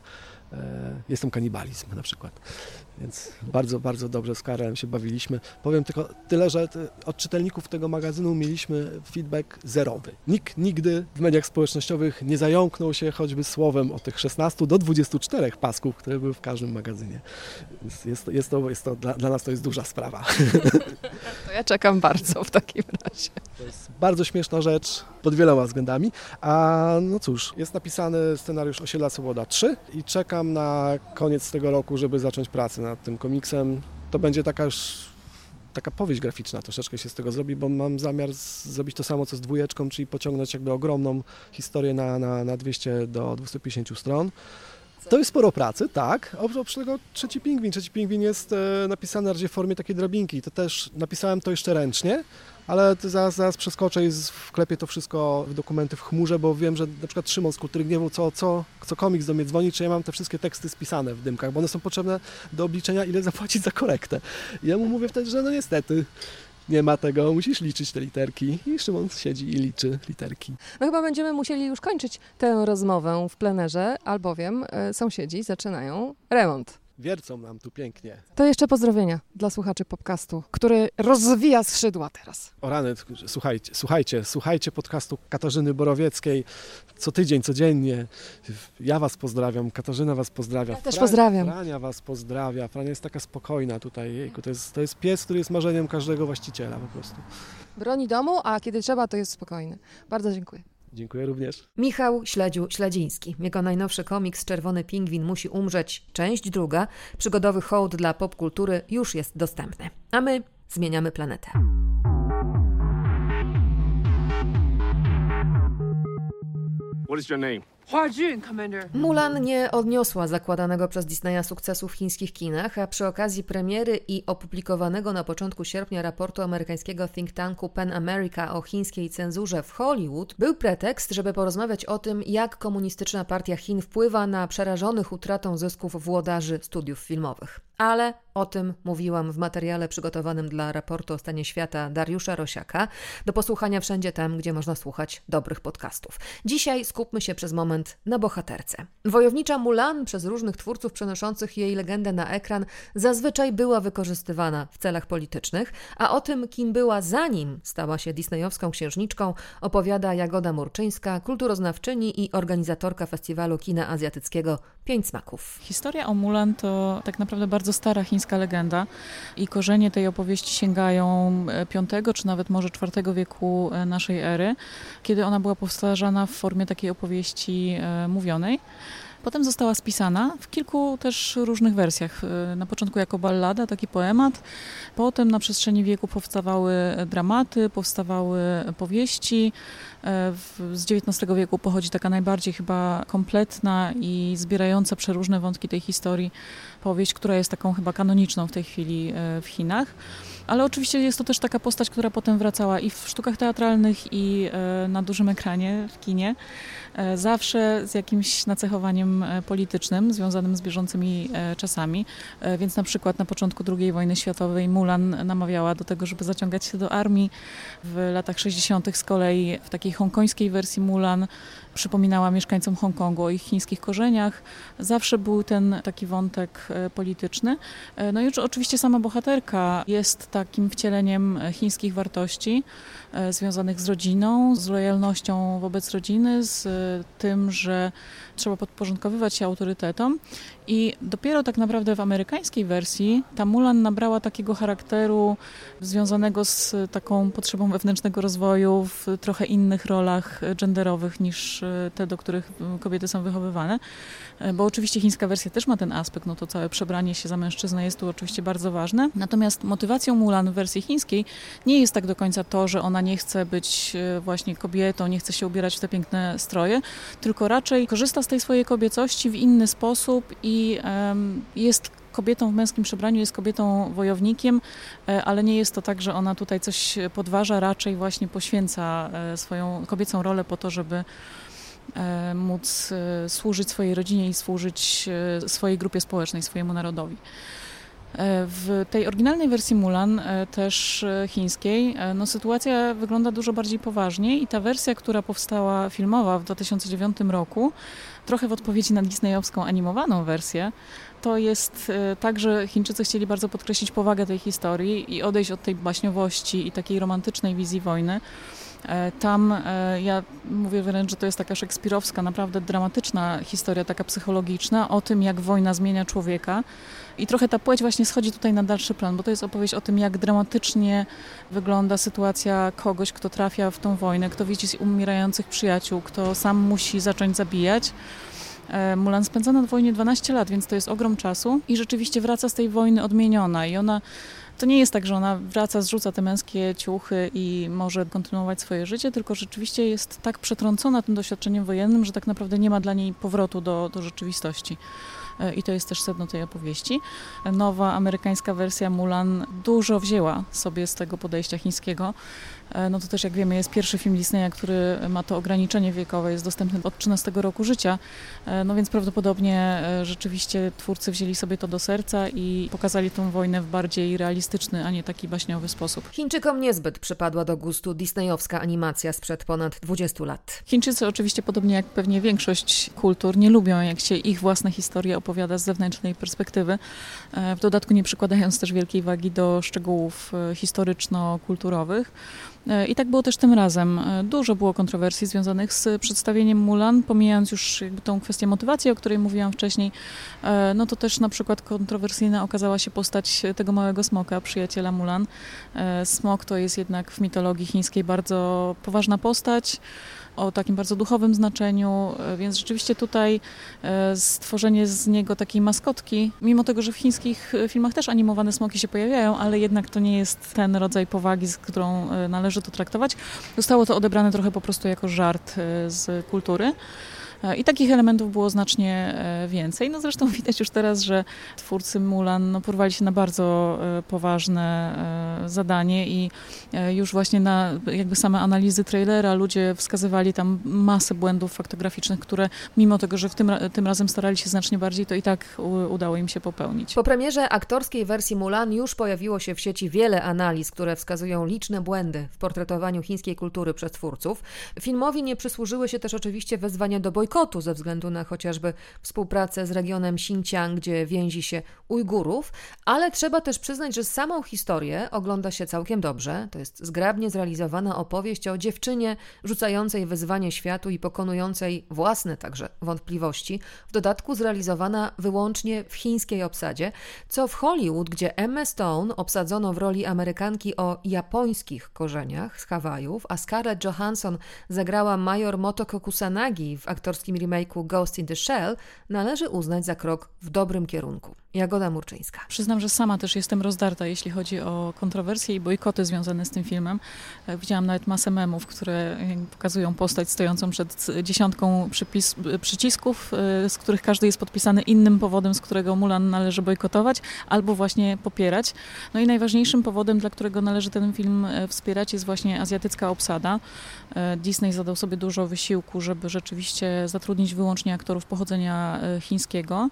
Jest tam kanibalizm na przykład. Więc bardzo, bardzo dobrze z Karolem się bawiliśmy. Powiem tylko tyle, że od czytelników tego magazynu mieliśmy feedback zerowy. Nikt nigdy w mediach społecznościowych nie zająknął się choćby słowem o tych 16 do 24 pasków, które były w każdym magazynie. Jest to dla nas to jest duża sprawa. To ja czekam bardzo w takim razie. To jest bardzo śmieszna rzecz pod wieloma względami. A no cóż, jest napisany scenariusz Osiedla Swoboda 3 i czekam na koniec tego roku, żeby zacząć pracę nad tym komiksem. To będzie taka powieść graficzna, troszeczkę się z tego zrobi, bo mam zamiar zrobić to samo co z 2, czyli pociągnąć jakby ogromną historię na 200 do 250 stron. To jest sporo pracy, tak. Oprócz tego Trzeci Pingwin jest napisany bardziej w formie takiej drabinki. To też napisałem to jeszcze ręcznie, ale zaraz przeskoczę i wklepię to wszystko w dokumenty w chmurze, bo wiem, że na przykład Szymon z Kultury Gniewu co komiks do mnie dzwoni, czy ja mam te wszystkie teksty spisane w dymkach, bo one są potrzebne do obliczenia, ile zapłacić za korektę. I ja mu mówię wtedy, że no niestety nie ma tego, musisz liczyć te literki. I Szymon siedzi i liczy literki. No chyba będziemy musieli już kończyć tę rozmowę w plenerze, albowiem sąsiedzi zaczynają remont. Wiercą nam tu pięknie. To jeszcze pozdrowienia dla słuchaczy podcastu, który rozwija skrzydła teraz. O rany, słuchajcie podcastu Katarzyny Borowieckiej co tydzień, codziennie. Ja was pozdrawiam, Katarzyna was pozdrawia. Ja też pozdrawiam. Frania was pozdrawia. Frania jest taka spokojna tutaj. Jejku, to jest pies, który jest marzeniem każdego właściciela po prostu. Broni domu, a kiedy trzeba, to jest spokojny. Bardzo dziękuję. Dziękuję również. Michał Śledziński. Jego najnowszy komiks Czerwony Pingwin musi umrzeć, część 2, przygodowy hołd dla popkultury już jest dostępny. A my zmieniamy planetę. What is your name? Hua-Jun, Commander. Mulan nie odniosła zakładanego przez Disneya sukcesu w chińskich kinach, a przy okazji premiery i opublikowanego na początku sierpnia raportu amerykańskiego think tanku PEN America o chińskiej cenzurze w Hollywood był pretekst, żeby porozmawiać o tym, jak komunistyczna partia Chin wpływa na przerażonych utratą zysków włodarzy studiów filmowych. Ale o tym mówiłam w materiale przygotowanym dla raportu o stanie świata Dariusza Rosiaka, do posłuchania wszędzie tam, gdzie można słuchać dobrych podcastów. Dzisiaj skupmy się przez moment na bohaterce. Wojownicza Mulan przez różnych twórców przenoszących jej legendę na ekran zazwyczaj była wykorzystywana w celach politycznych, a o tym, kim była zanim stała się disneyowską księżniczką, opowiada Jagoda Murczyńska, kulturoznawczyni i organizatorka festiwalu kina azjatyckiego 5 smaków. Historia o Mulan to tak naprawdę bardzo stara chińska legenda i korzenie tej opowieści sięgają V czy nawet może IV wieku naszej ery, kiedy ona była powtarzana w formie takiej opowieści mówionej. Potem została spisana w kilku też różnych wersjach. Na początku jako ballada, taki poemat. Potem na przestrzeni wieku powstawały dramaty, powstawały powieści. Z XIX wieku pochodzi taka najbardziej chyba kompletna i zbierająca przeróżne wątki tej historii powieść, która jest taką chyba kanoniczną w tej chwili w Chinach. Ale oczywiście jest to też taka postać, która potem wracała i w sztukach teatralnych, i na dużym ekranie, w kinie. Zawsze z jakimś nacechowaniem politycznym, związanym z bieżącymi czasami. Więc na przykład na początku II wojny światowej Mulan namawiała do tego, żeby zaciągać się do armii. W latach 60. z kolei w takiej hongkońskiej wersji Mulan przypominała mieszkańcom Hongkongu o ich chińskich korzeniach. Zawsze był ten taki wątek polityczny. No i oczywiście sama bohaterka jest takim wcieleniem chińskich wartości związanych z rodziną, z lojalnością wobec rodziny, z tym, że trzeba podporządkowywać się autorytetom. I dopiero tak naprawdę w amerykańskiej wersji ta Mulan nabrała takiego charakteru związanego z taką potrzebą wewnętrznego rozwoju w trochę innych rolach genderowych niż te, do których kobiety są wychowywane. Bo oczywiście chińska wersja też ma ten aspekt, no to całe przebranie się za mężczyznę jest tu oczywiście bardzo ważne. Natomiast motywacją Mulan w wersji chińskiej nie jest tak do końca to, że ona nie chce być właśnie kobietą, nie chce się ubierać w te piękne stroje, tylko raczej korzysta z tej swojej kobiecości w inny sposób i jest kobietą w męskim przebraniu, jest kobietą wojownikiem, ale nie jest to tak, że ona tutaj coś podważa, raczej właśnie poświęca swoją kobiecą rolę po to, żeby móc służyć swojej rodzinie i służyć swojej grupie społecznej, swojemu narodowi. W tej oryginalnej wersji Mulan, też chińskiej, no sytuacja wygląda dużo bardziej poważnie i ta wersja, która powstała filmowa w 2009 roku, trochę w odpowiedzi na disneyowską animowaną wersję, to jest tak, że Chińczycy chcieli bardzo podkreślić powagę tej historii i odejść od tej baśniowości i takiej romantycznej wizji wojny. Tam ja mówię wręcz, że to jest taka szekspirowska, naprawdę dramatyczna historia, taka psychologiczna o tym, jak wojna zmienia człowieka. I trochę ta płeć właśnie schodzi tutaj na dalszy plan, bo to jest opowieść o tym, jak dramatycznie wygląda sytuacja kogoś, kto trafia w tą wojnę, kto widzi umierających przyjaciół, kto sam musi zacząć zabijać. Mulan spędza na wojnie 12 lat, więc to jest ogrom czasu i rzeczywiście wraca z tej wojny odmieniona i ona... To nie jest tak, że ona wraca, zrzuca te męskie ciuchy i może kontynuować swoje życie, tylko rzeczywiście jest tak przetrącona tym doświadczeniem wojennym, że tak naprawdę nie ma dla niej powrotu do rzeczywistości. I to jest też sedno tej opowieści. Nowa amerykańska wersja Mulan dużo wzięła sobie z tego podejścia chińskiego. No to też, jak wiemy, jest pierwszy film Disneya, który ma to ograniczenie wiekowe, jest dostępny od 13 roku życia, no więc prawdopodobnie rzeczywiście twórcy wzięli sobie to do serca i pokazali tę wojnę w bardziej realistyczny, a nie taki baśniowy sposób. Chińczykom niezbyt przypadła do gustu disneyowska animacja sprzed ponad 20 lat. Chińczycy oczywiście, podobnie jak pewnie większość kultur, nie lubią, jak się ich własne historie opowiada z zewnętrznej perspektywy, w dodatku nie przykładając też wielkiej wagi do szczegółów historyczno-kulturowych. I tak było też tym razem. Dużo było kontrowersji związanych z przedstawieniem Mulan, pomijając już jakby tą kwestię motywacji, o której mówiłam wcześniej, no to też na przykład kontrowersyjna okazała się postać tego małego smoka, przyjaciela Mulan. Smok to jest jednak w mitologii chińskiej bardzo poważna postać, o takim bardzo duchowym znaczeniu, więc rzeczywiście tutaj stworzenie z niego takiej maskotki, mimo tego, że w chińskich filmach też animowane smoki się pojawiają, ale jednak to nie jest ten rodzaj powagi, z którą należy to traktować. Zostało to odebrane trochę po prostu jako żart z kultury. I takich elementów było znacznie więcej. No zresztą widać już teraz, że twórcy Mulan porwali się na bardzo poważne zadanie i już właśnie na jakby same analizy trailera ludzie wskazywali tam masę błędów faktograficznych, które mimo tego, że tym razem starali się znacznie bardziej, to i tak udało im się popełnić. Po premierze aktorskiej wersji Mulan już pojawiło się w sieci wiele analiz, które wskazują liczne błędy w portretowaniu chińskiej kultury przez twórców. Filmowi nie przysłużyły się też oczywiście wezwania do bojkotu ze względu na chociażby współpracę z regionem Xinjiang, gdzie więzi się Ujgurów, ale trzeba też przyznać, że samą historię ogląda się całkiem dobrze. To jest zgrabnie zrealizowana opowieść o dziewczynie rzucającej wyzwanie światu i pokonującej własne także wątpliwości, w dodatku zrealizowana wyłącznie w chińskiej obsadzie, co w Hollywood, gdzie Emma Stone obsadzono w roli Amerykanki o japońskich korzeniach z Hawajów, a Scarlett Johansson zagrała major Motoko Kusanagi w aktorskim remake'u Ghost in the Shell, należy uznać za krok w dobrym kierunku. Jagoda Murczyńska. Przyznam, że sama też jestem rozdarta, jeśli chodzi o kontrowersje i bojkoty związane z tym filmem. Widziałam nawet masę memów, które pokazują postać stojącą przed dziesiątką przycisków, z których każdy jest podpisany innym powodem, z którego Mulan należy bojkotować albo właśnie popierać. No i najważniejszym powodem, dla którego należy ten film wspierać, jest właśnie azjatycka obsada. Disney zadał sobie dużo wysiłku, żeby rzeczywiście zatrudnić wyłącznie aktorów pochodzenia chińskiego.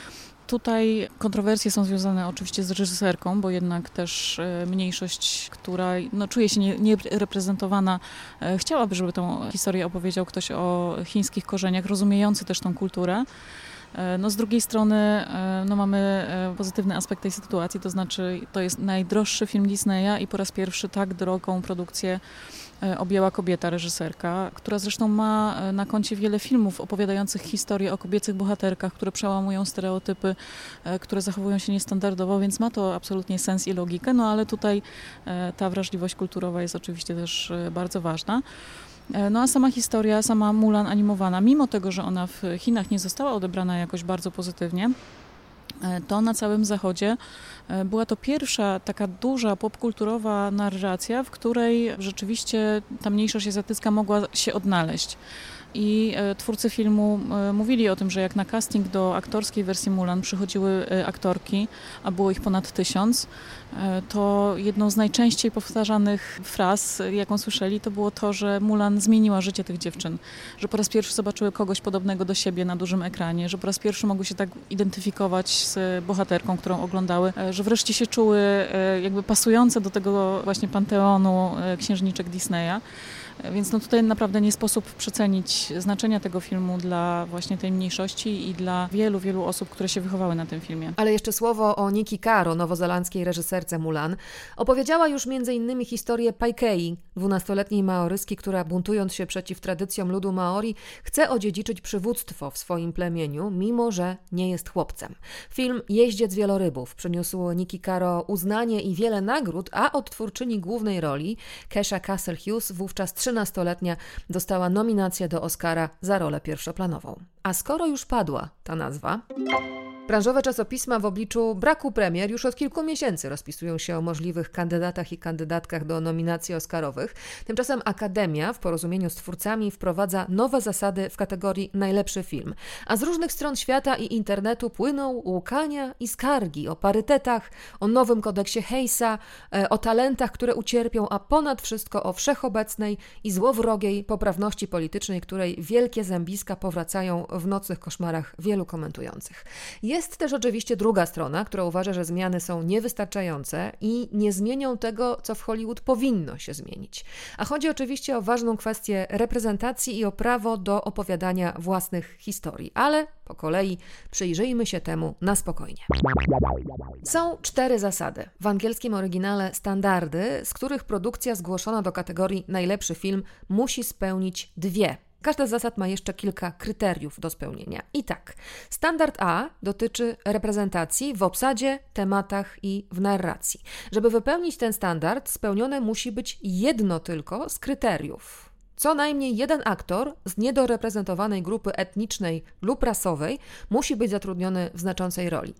Tutaj kontrowersje są związane oczywiście z reżyserką, bo jednak też mniejszość, która czuje się niereprezentowana, chciałaby, żeby tą historię opowiedział ktoś o chińskich korzeniach, rozumiejący też tą kulturę. No z drugiej strony mamy pozytywny aspekt tej sytuacji, to znaczy to jest najdroższy film Disneya i po raz pierwszy tak drogą produkcję objęła kobieta, reżyserka, która zresztą ma na koncie wiele filmów opowiadających historię o kobiecych bohaterkach, które przełamują stereotypy, które zachowują się niestandardowo, więc ma to absolutnie sens i logikę, no ale tutaj ta wrażliwość kulturowa jest oczywiście też bardzo ważna. No a sama historia, sama Mulan animowana, mimo tego, że ona w Chinach nie została odebrana jakoś bardzo pozytywnie, to na całym Zachodzie była to pierwsza taka duża popkulturowa narracja, w której rzeczywiście ta mniejszość azjatycka mogła się odnaleźć. I twórcy filmu mówili o tym, że jak na casting do aktorskiej wersji Mulan przychodziły aktorki, a było ich ponad 1000, to jedną z najczęściej powtarzanych fraz, jaką słyszeli, to było to, że Mulan zmieniła życie tych dziewczyn. Że po raz pierwszy zobaczyły kogoś podobnego do siebie na dużym ekranie, że po raz pierwszy mogły się tak identyfikować z bohaterką, którą oglądały, że wreszcie się czuły jakby pasujące do tego właśnie panteonu księżniczek Disneya. Więc no tutaj naprawdę nie sposób przecenić znaczenia tego filmu dla właśnie tej mniejszości i dla wielu, wielu osób, które się wychowały na tym filmie. Ale jeszcze słowo o Niki Caro, nowozelandzkiej reżyserce Mulan. Opowiedziała już m.in. historię Paikei, 12-letniej Maoryski, która buntując się przeciw tradycjom ludu Maori, chce odziedziczyć przywództwo w swoim plemieniu, mimo że nie jest chłopcem. Film Jeździec wielorybów przyniósł Niki Caro uznanie i wiele nagród, a od twórczyni głównej roli, Kesha Castle Hughes, wówczas 13-letnia, dostała nominację do Oscara za rolę pierwszoplanową. A skoro już padła ta nazwa... Branżowe czasopisma w obliczu braku premier już od kilku miesięcy rozpisują się o możliwych kandydatach i kandydatkach do nominacji oscarowych. Tymczasem Akademia w porozumieniu z twórcami wprowadza nowe zasady w kategorii najlepszy film. A z różnych stron świata i internetu płyną łkania i skargi o parytetach, o nowym kodeksie Hayesa, o talentach, które ucierpią, a ponad wszystko o wszechobecnej i złowrogiej poprawności politycznej, której wielkie zębiska powracają w nocnych koszmarach wielu komentujących. Jest też oczywiście druga strona, która uważa, że zmiany są niewystarczające i nie zmienią tego, co w Hollywood powinno się zmienić. A chodzi oczywiście o ważną kwestię reprezentacji i o prawo do opowiadania własnych historii. Ale po kolei przyjrzyjmy się temu na spokojnie. Są 4 zasady, w angielskim oryginale standardy, z których produkcja zgłoszona do kategorii najlepszy film musi spełnić 2. Każda z zasad ma jeszcze kilka kryteriów do spełnienia. I tak, standard A dotyczy reprezentacji w obsadzie, tematach i w narracji. Żeby wypełnić ten standard, spełnione musi być jedno tylko z kryteriów. Co najmniej jeden aktor z niedoreprezentowanej grupy etnicznej lub rasowej musi być zatrudniony w znaczącej roli.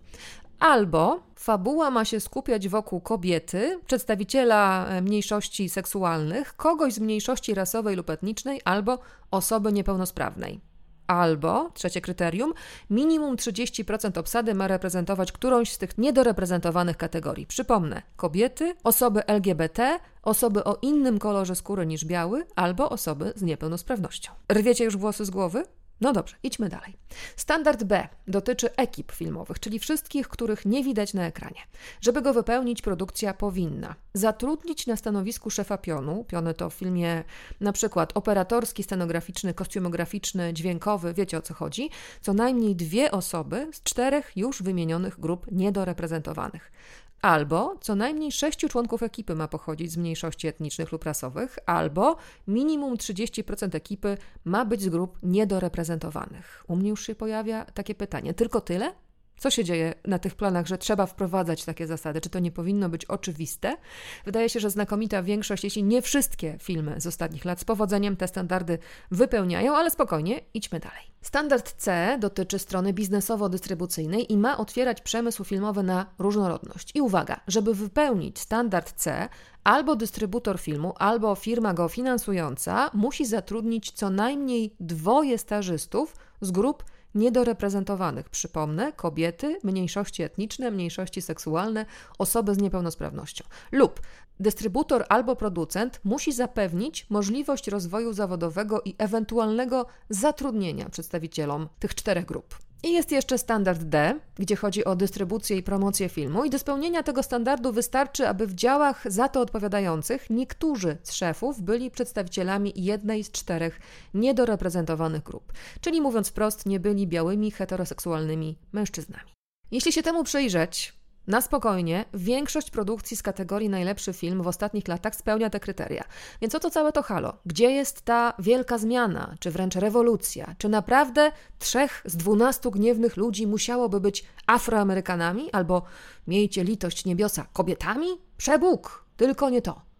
Albo fabuła ma się skupiać wokół kobiety, przedstawiciela mniejszości seksualnych, kogoś z mniejszości rasowej lub etnicznej, albo osoby niepełnosprawnej. Albo, trzecie kryterium, minimum 30% obsady ma reprezentować którąś z tych niedoreprezentowanych kategorii. Przypomnę, kobiety, osoby LGBT, osoby o innym kolorze skóry niż biały, albo osoby z niepełnosprawnością. Rwiecie już włosy z głowy? No dobrze, idźmy dalej. Standard B dotyczy ekip filmowych, czyli wszystkich, których nie widać na ekranie. Żeby go wypełnić, produkcja powinna zatrudnić na stanowisku szefa pionu, piony to w filmie na przykład operatorski, scenograficzny, kostiumograficzny, dźwiękowy, wiecie o co chodzi, co najmniej 2 osoby z 4 już wymienionych grup niedoreprezentowanych. Albo co najmniej 6 członków ekipy ma pochodzić z mniejszości etnicznych lub rasowych, albo minimum 30% ekipy ma być z grup niedoreprezentowanych. U mnie już się pojawia takie pytanie, tylko tyle? Co się dzieje na tych planach, że trzeba wprowadzać takie zasady? Czy to nie powinno być oczywiste? Wydaje się, że znakomita większość, jeśli nie wszystkie filmy z ostatnich lat z powodzeniem te standardy wypełniają, ale spokojnie, idźmy dalej. Standard C dotyczy strony biznesowo-dystrybucyjnej i ma otwierać przemysł filmowy na różnorodność. I uwaga, żeby wypełnić standard C, albo dystrybutor filmu, albo firma go finansująca musi zatrudnić co najmniej 2 stażystów z grup niedoreprezentowanych. Przypomnę, kobiety, mniejszości etniczne, mniejszości seksualne, osoby z niepełnosprawnością. Lub dystrybutor albo producent musi zapewnić możliwość rozwoju zawodowego i ewentualnego zatrudnienia przedstawicielom tych 4 grup. I jest jeszcze standard D, gdzie chodzi o dystrybucję i promocję filmu i do spełnienia tego standardu wystarczy, aby w działach za to odpowiadających niektórzy z szefów byli przedstawicielami jednej z 4 niedoreprezentowanych grup, czyli mówiąc wprost, nie byli białymi, heteroseksualnymi mężczyznami. Jeśli się temu przyjrzeć, na spokojnie, większość produkcji z kategorii najlepszy film w ostatnich latach spełnia te kryteria. Więc oto całe to halo. Gdzie jest ta wielka zmiana, czy wręcz rewolucja? Czy naprawdę 3 z 12 gniewnych ludzi musiałoby być Afroamerykanami? Albo, miejcie litość niebiosa, kobietami? Przebóg! Tylko nie to.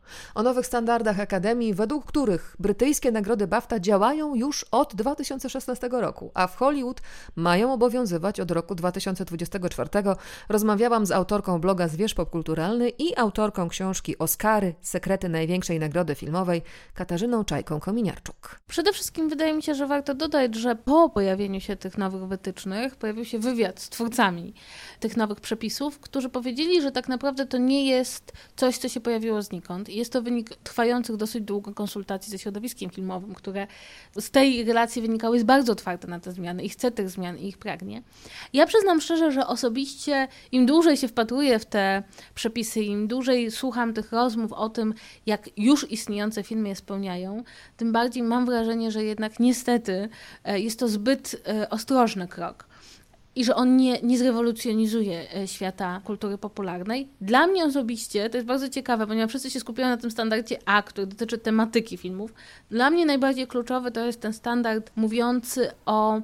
O nowych standardach Akademii, według których brytyjskie nagrody BAFTA działają już od 2016 roku, a w Hollywood mają obowiązywać od roku 2024, rozmawiałam z autorką bloga Zwierz Popkulturalny i autorką książki Oscary – Sekrety największej nagrody filmowej Katarzyną Czajką-Kominiarczuk. Przede wszystkim wydaje mi się, że warto dodać, że po pojawieniu się tych nowych wytycznych pojawił się wywiad z twórcami tych nowych przepisów, którzy powiedzieli, że tak naprawdę to nie jest coś, co się pojawiło znikąd. Jest to wynik trwających dosyć długo konsultacji ze środowiskiem filmowym, które z tej relacji wynikały, jest bardzo otwarte na te zmiany i chce tych zmian i ich pragnie. Ja przyznam szczerze, że osobiście im dłużej się wpatruję w te przepisy, im dłużej słucham tych rozmów o tym, jak już istniejące filmy je spełniają, tym bardziej mam wrażenie, że jednak niestety jest to zbyt ostrożny krok. I że on nie zrewolucjonizuje świata kultury popularnej. Dla mnie osobiście to jest bardzo ciekawe, ponieważ wszyscy się skupiają na tym standardzie A, który dotyczy tematyki filmów. Dla mnie najbardziej kluczowy to jest ten standard mówiący o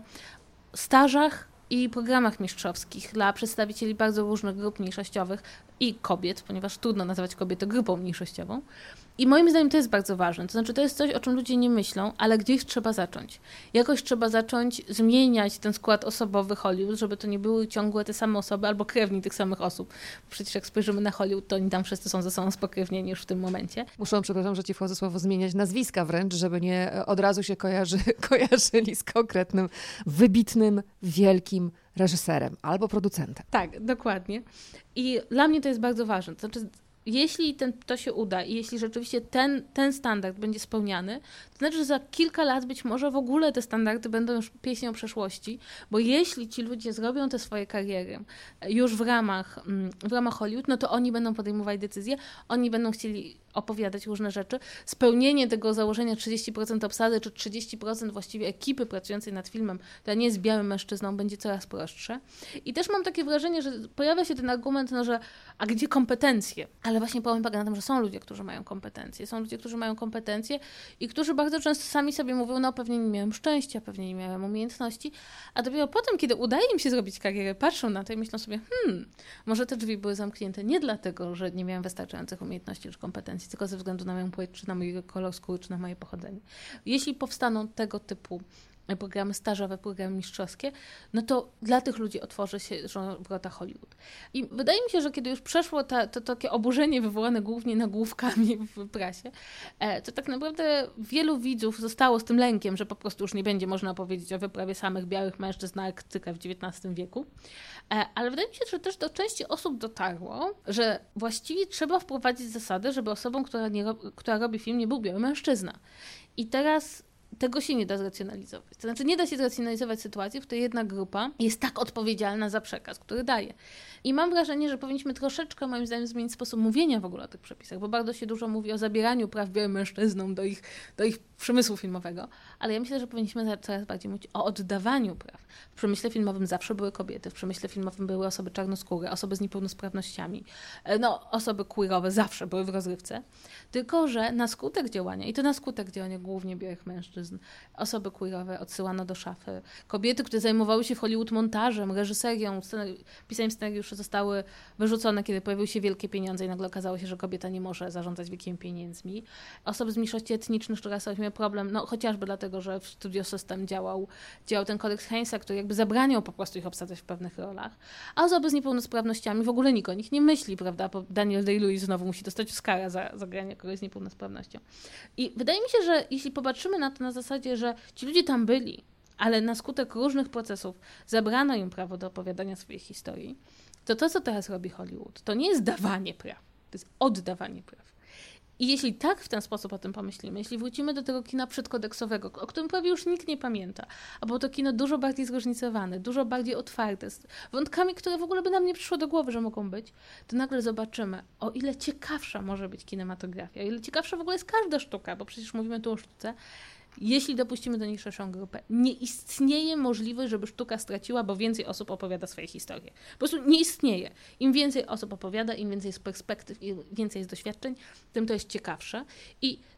stażach i programach mistrzowskich dla przedstawicieli bardzo różnych grup mniejszościowych i kobiet, ponieważ trudno nazywać kobietę grupą mniejszościową. I moim zdaniem to jest bardzo ważne. To znaczy, to jest coś, o czym ludzie nie myślą, ale gdzieś trzeba zacząć. Jakoś trzeba zacząć zmieniać ten skład osobowy Hollywood, żeby to nie były ciągłe te same osoby albo krewni tych samych osób. Przecież jak spojrzymy na Hollywood, to oni tam wszyscy są ze sobą spokrewnieni już w tym momencie. Muszą, przepraszam, że ci wchodzę słowo, zmieniać nazwiska wręcz, żeby nie od razu się kojarzyli z konkretnym, wybitnym, wielkim reżyserem albo producentem. Tak, dokładnie. I dla mnie to jest bardzo ważne. To znaczy, jeśli to się uda i jeśli rzeczywiście ten standard będzie spełniany, to znaczy, że za kilka lat być może w ogóle te standardy będą już pieśnią przeszłości, bo jeśli ci ludzie zrobią te swoje kariery już w ramach Hollywood, no to oni będą podejmować decyzje, oni będą chcieli opowiadać różne rzeczy. Spełnienie tego założenia 30% obsady, czy 30% właściwie ekipy pracującej nad filmem, która nie jest białym mężczyzną, będzie coraz prostsze. I też mam takie wrażenie, że pojawia się ten argument, no, że a gdzie kompetencje? Ale właśnie problem polega na tym, że są ludzie, którzy mają kompetencje. Są ludzie, którzy mają kompetencje i którzy bardzo często sami sobie mówią, no pewnie nie miałem szczęścia, pewnie nie miałem umiejętności, a dopiero potem, kiedy udaje im się zrobić karierę, patrzą na to i myślą sobie, może te drzwi były zamknięte nie dlatego, że nie miałem wystarczających umiejętności czy kompetencji, tylko ze względu na moją płeć, czy na mój kolor skóry, czy na moje pochodzenie. Jeśli powstaną tego typu programy stażowe, programy mistrzowskie, no to dla tych ludzi otworzy się wrota Hollywood. I wydaje mi się, że kiedy już przeszło to takie oburzenie wywołane głównie nagłówkami w prasie, to tak naprawdę wielu widzów zostało z tym lękiem, że po prostu już nie będzie można powiedzieć o wyprawie samych białych mężczyzn na Arktykę w XIX wieku. Ale wydaje mi się, że też do części osób dotarło, że właściwie trzeba wprowadzić zasadę, żeby osobą, która robi film, nie był biały mężczyzna. I teraz tego się nie da zracjonalizować. To znaczy nie da się zracjonalizować sytuacji, w której jedna grupa jest tak odpowiedzialna za przekaz, który daje. I mam wrażenie, że powinniśmy troszeczkę, moim zdaniem, zmienić sposób mówienia w ogóle o tych przepisach, bo bardzo się dużo mówi o zabieraniu praw białym mężczyznom do ich przemysłu filmowego, ale ja myślę, że powinniśmy coraz bardziej mówić o oddawaniu praw. W przemyśle filmowym zawsze były kobiety, w przemyśle filmowym były osoby czarnoskóre, osoby z niepełnosprawnościami, osoby queerowe zawsze były w rozrywce, tylko że na skutek działania, i to na skutek działania głównie białych mężczyzn, osoby queerowe odsyłano do szafy. Kobiety, które zajmowały się w Hollywood montażem, reżyserią, pisaniem scenariuszy zostały wyrzucone, kiedy pojawiły się wielkie pieniądze i nagle okazało się, że kobieta nie może zarządzać wielkimi pieniędzmi. Osoby z mniejszości etnicznych, czy rasowych miały problem, chociażby dlatego, że w Studio System działał ten kodeks Heinza, który jakby zabraniał po prostu ich obsadzać w pewnych rolach. A osoby z niepełnosprawnościami w ogóle nikt o nich nie myśli, prawda? Bo Daniel Day-Lewis znowu musi dostać Oscara za granie kogoś z niepełnosprawnością. I wydaje mi się, że jeśli popatrzymy na to na zasadzie, że ci ludzie tam byli, ale na skutek różnych procesów zabrano im prawo do opowiadania swoich historii, to co teraz robi Hollywood, to nie jest dawanie praw, to jest oddawanie praw. I jeśli tak w ten sposób o tym pomyślimy, jeśli wrócimy do tego kina przedkodeksowego, o którym prawie już nikt nie pamięta, a było to kino dużo bardziej zróżnicowane, dużo bardziej otwarte, z wątkami, które w ogóle by nam nie przyszło do głowy, że mogą być, to nagle zobaczymy, o ile ciekawsza może być kinematografia, o ile ciekawsza w ogóle jest każda sztuka, bo przecież mówimy tu o sztuce. Jeśli dopuścimy do niej szerszą grupę, nie istnieje możliwość, żeby sztuka straciła, bo więcej osób opowiada swoje historie. Po prostu nie istnieje. Im więcej osób opowiada, im więcej jest perspektyw, im więcej jest doświadczeń, tym to jest ciekawsze. I też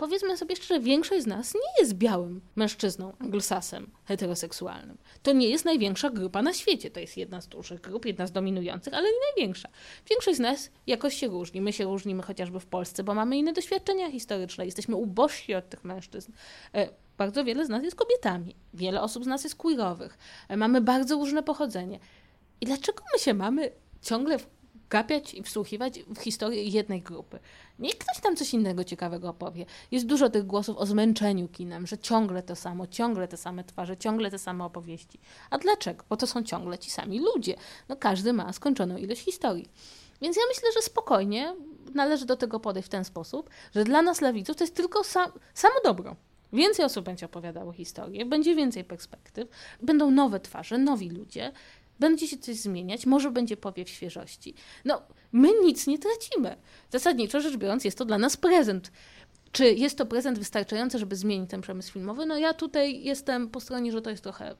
powiedzmy sobie szczerze, większość z nas nie jest białym mężczyzną, anglosasem, heteroseksualnym. To nie jest największa grupa na świecie. To jest jedna z dużych grup, jedna z dominujących, ale nie największa. Większość z nas jakoś się różni. My się różnimy chociażby w Polsce, bo mamy inne doświadczenia historyczne. Jesteśmy ubożsi od tych mężczyzn. Bardzo wiele z nas jest kobietami. Wiele osób z nas jest queerowych. Mamy bardzo różne pochodzenie. I dlaczego my się mamy ciągle gapiać i wsłuchiwać w historię jednej grupy? Niech ktoś tam coś innego ciekawego opowie. Jest dużo tych głosów o zmęczeniu kinem, że ciągle to samo, ciągle te same twarze, ciągle te same opowieści. A dlaczego? Bo to są ciągle ci sami ludzie. No każdy ma skończoną ilość historii. Więc ja myślę, że spokojnie należy do tego podejść w ten sposób, że dla nas lewiców to jest tylko samo dobro. Więcej osób będzie opowiadało historię, będzie więcej perspektyw, będą nowe twarze, nowi ludzie, będzie się coś zmieniać, może będzie powiew świeżości. No, my nic nie tracimy. Zasadniczo rzecz biorąc, jest to dla nas prezent. Czy jest to prezent wystarczający, żeby zmienić ten przemysł filmowy? No ja tutaj jestem po stronie, że to jest trochę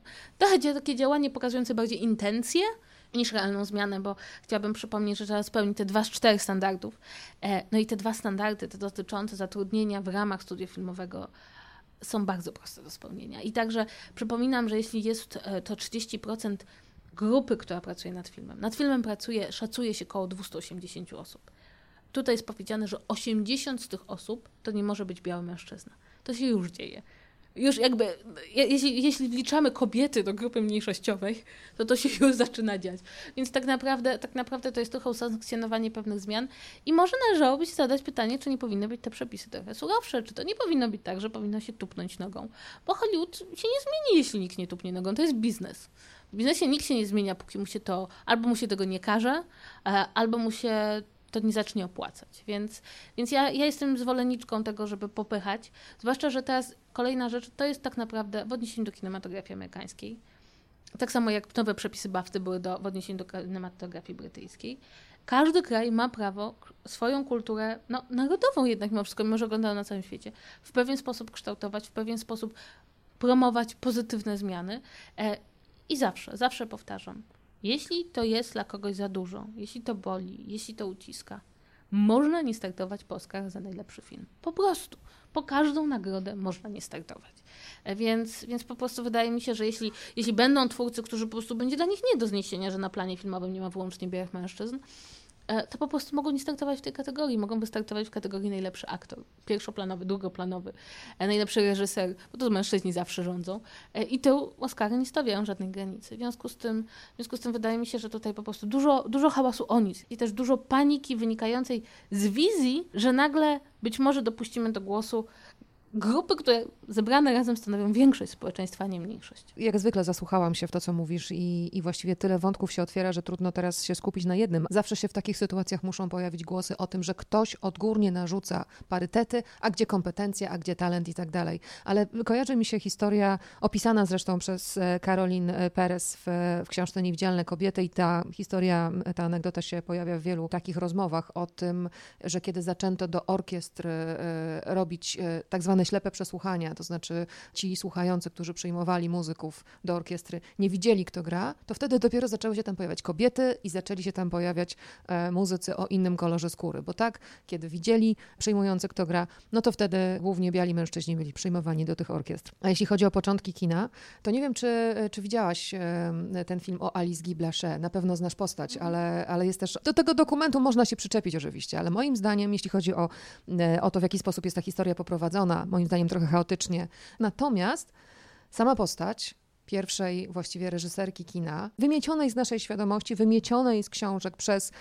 takie działanie pokazujące bardziej intencje niż realną zmianę, bo chciałabym przypomnieć, że trzeba spełnić te 2 z 4 standardów. No i te 2 standardy, te dotyczące zatrudnienia w ramach studia filmowego, są bardzo proste do spełnienia. I także przypominam, że jeśli jest to 30% grupy, która pracuje nad filmem szacuje się około 280 osób. Tutaj jest powiedziane, że 80 z tych osób to nie może być biały mężczyzna. To się już dzieje. Już jakby, jeśli wliczamy kobiety do grupy mniejszościowej, to się już zaczyna dziać. Więc tak naprawdę to jest trochę usankcjonowanie pewnych zmian i może należałoby się zadać pytanie, czy nie powinny być te przepisy trochę surowsze, czy to nie powinno być tak, że powinno się tupnąć nogą. Bo Hollywood się nie zmieni, jeśli nikt nie tupnie nogą. To jest biznes. W biznesie nikt się nie zmienia, póki albo mu się tego nie każe, albo mu się to nie zacznie opłacać. Więc ja jestem zwolenniczką tego, żeby popychać. Zwłaszcza, że teraz kolejna rzecz to jest tak naprawdę w odniesieniu do kinematografii amerykańskiej. Tak samo jak nowe przepisy BAFTA były w odniesieniu do kinematografii brytyjskiej. Każdy kraj ma prawo swoją kulturę, narodową jednak mimo wszystko, mimo że oglądają na całym świecie, w pewien sposób kształtować, w pewien sposób promować pozytywne zmiany. I zawsze powtarzam, jeśli to jest dla kogoś za dużo, jeśli to boli, jeśli to uciska, można nie startować po Oscarach za najlepszy film. Po prostu. Po każdą nagrodę można nie startować. Więc po prostu wydaje mi się, że jeśli będą twórcy, którzy po prostu będzie dla nich nie do zniesienia, że na planie filmowym nie ma wyłącznie białych mężczyzn, to po prostu mogą nie startować w tej kategorii. Mogą wystartować w kategorii najlepszy aktor, pierwszoplanowy, drugoplanowy, najlepszy reżyser, bo to mężczyźni zawsze rządzą. I te Oscary nie stawiają żadnej granicy. W związku z tym wydaje mi się, że tutaj po prostu dużo hałasu o nic i też dużo paniki wynikającej z wizji, że nagle być może dopuścimy do głosu grupy, które zebrane razem stanowią większość społeczeństwa, a nie mniejszość. Jak zwykle zasłuchałam się w to, co mówisz i właściwie tyle wątków się otwiera, że trudno teraz się skupić na jednym. Zawsze się w takich sytuacjach muszą pojawić głosy o tym, że ktoś odgórnie narzuca parytety, a gdzie kompetencje, a gdzie talent i tak dalej. Ale kojarzy mi się historia opisana zresztą przez Caroline Perez w książce Niewidzialne kobiety i ta anegdota się pojawia w wielu takich rozmowach o tym, że kiedy zaczęto do orkiestr robić tak zwane ślepe przesłuchania, to znaczy ci słuchający, którzy przyjmowali muzyków do orkiestry, nie widzieli, kto gra, to wtedy dopiero zaczęły się tam pojawiać kobiety i zaczęli się tam pojawiać muzycy o innym kolorze skóry, bo tak, kiedy widzieli przyjmujący, kto gra, no to wtedy głównie biali mężczyźni byli przyjmowani do tych orkiestr. A jeśli chodzi o początki kina, to nie wiem, czy widziałaś ten film o Alice Guy Blaché. Na pewno znasz postać, ale jest też... Do tego dokumentu można się przyczepić oczywiście, ale moim zdaniem, jeśli chodzi o to, w jaki sposób jest ta historia poprowadzona, moim zdaniem trochę chaotycznie. Natomiast sama postać pierwszej właściwie reżyserki kina, wymiecionej z naszej świadomości, wymiecionej z książek przez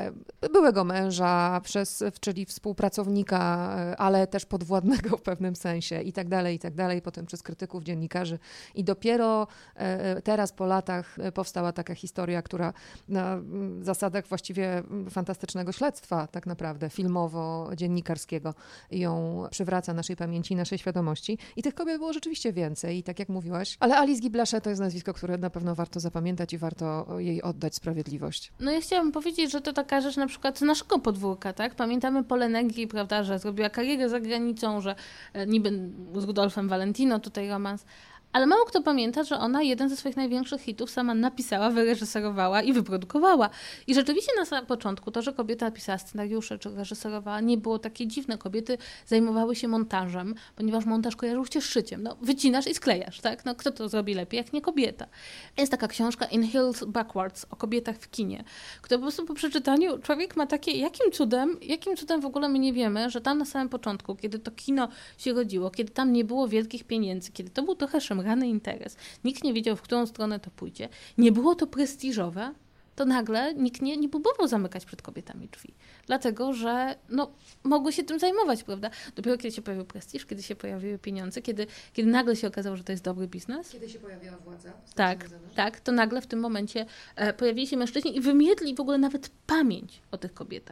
byłego męża, czyli współpracownika, ale też podwładnego w pewnym sensie i tak dalej, potem przez krytyków, dziennikarzy. I dopiero teraz po latach powstała taka historia, która na zasadach właściwie fantastycznego śledztwa tak naprawdę, filmowo-dziennikarskiego ją przywraca naszej pamięci, naszej świadomości. I tych kobiet było rzeczywiście więcej, i tak jak mówiłaś, ale Alice Guy Blaché to jest nazwisko, które na pewno warto zapamiętać i warto jej oddać sprawiedliwość. No ja chciałabym powiedzieć, że to taka rzecz na przykład z naszego podwórka, tak? Pamiętamy Polę Negri, prawda, że zrobiła karierę za granicą, że niby z Rudolfem Valentino tutaj romans, Ale mało kto pamięta, że ona jeden ze swoich największych hitów sama napisała, wyreżyserowała i wyprodukowała. I rzeczywiście na samym początku to, że kobieta pisała scenariusze czy reżyserowała, nie było takie dziwne. Kobiety zajmowały się montażem, ponieważ montaż kojarzył się z szyciem. No, wycinasz i sklejasz, tak? No, kto to zrobi lepiej, jak nie kobieta? Jest taka książka In Heels Backwards o kobietach w kinie, która po prostu po przeczytaniu człowiek ma takie, jakim cudem w ogóle my nie wiemy, że tam na samym początku, kiedy to kino się rodziło, kiedy tam nie było wielkich pieniędzy, kiedy to był trochę szemrany interes, nikt nie wiedział, w którą stronę to pójdzie, nie było to prestiżowe, to nagle nikt nie próbował zamykać przed kobietami drzwi. Dlatego, że mogły się tym zajmować, prawda? Dopiero kiedy się pojawił prestiż, kiedy się pojawiły pieniądze, kiedy nagle się okazało, że to jest dobry biznes. Kiedy się pojawiła władza. Tak, to nagle w tym momencie pojawili się mężczyźni i wymietli w ogóle nawet pamięć o tych kobietach.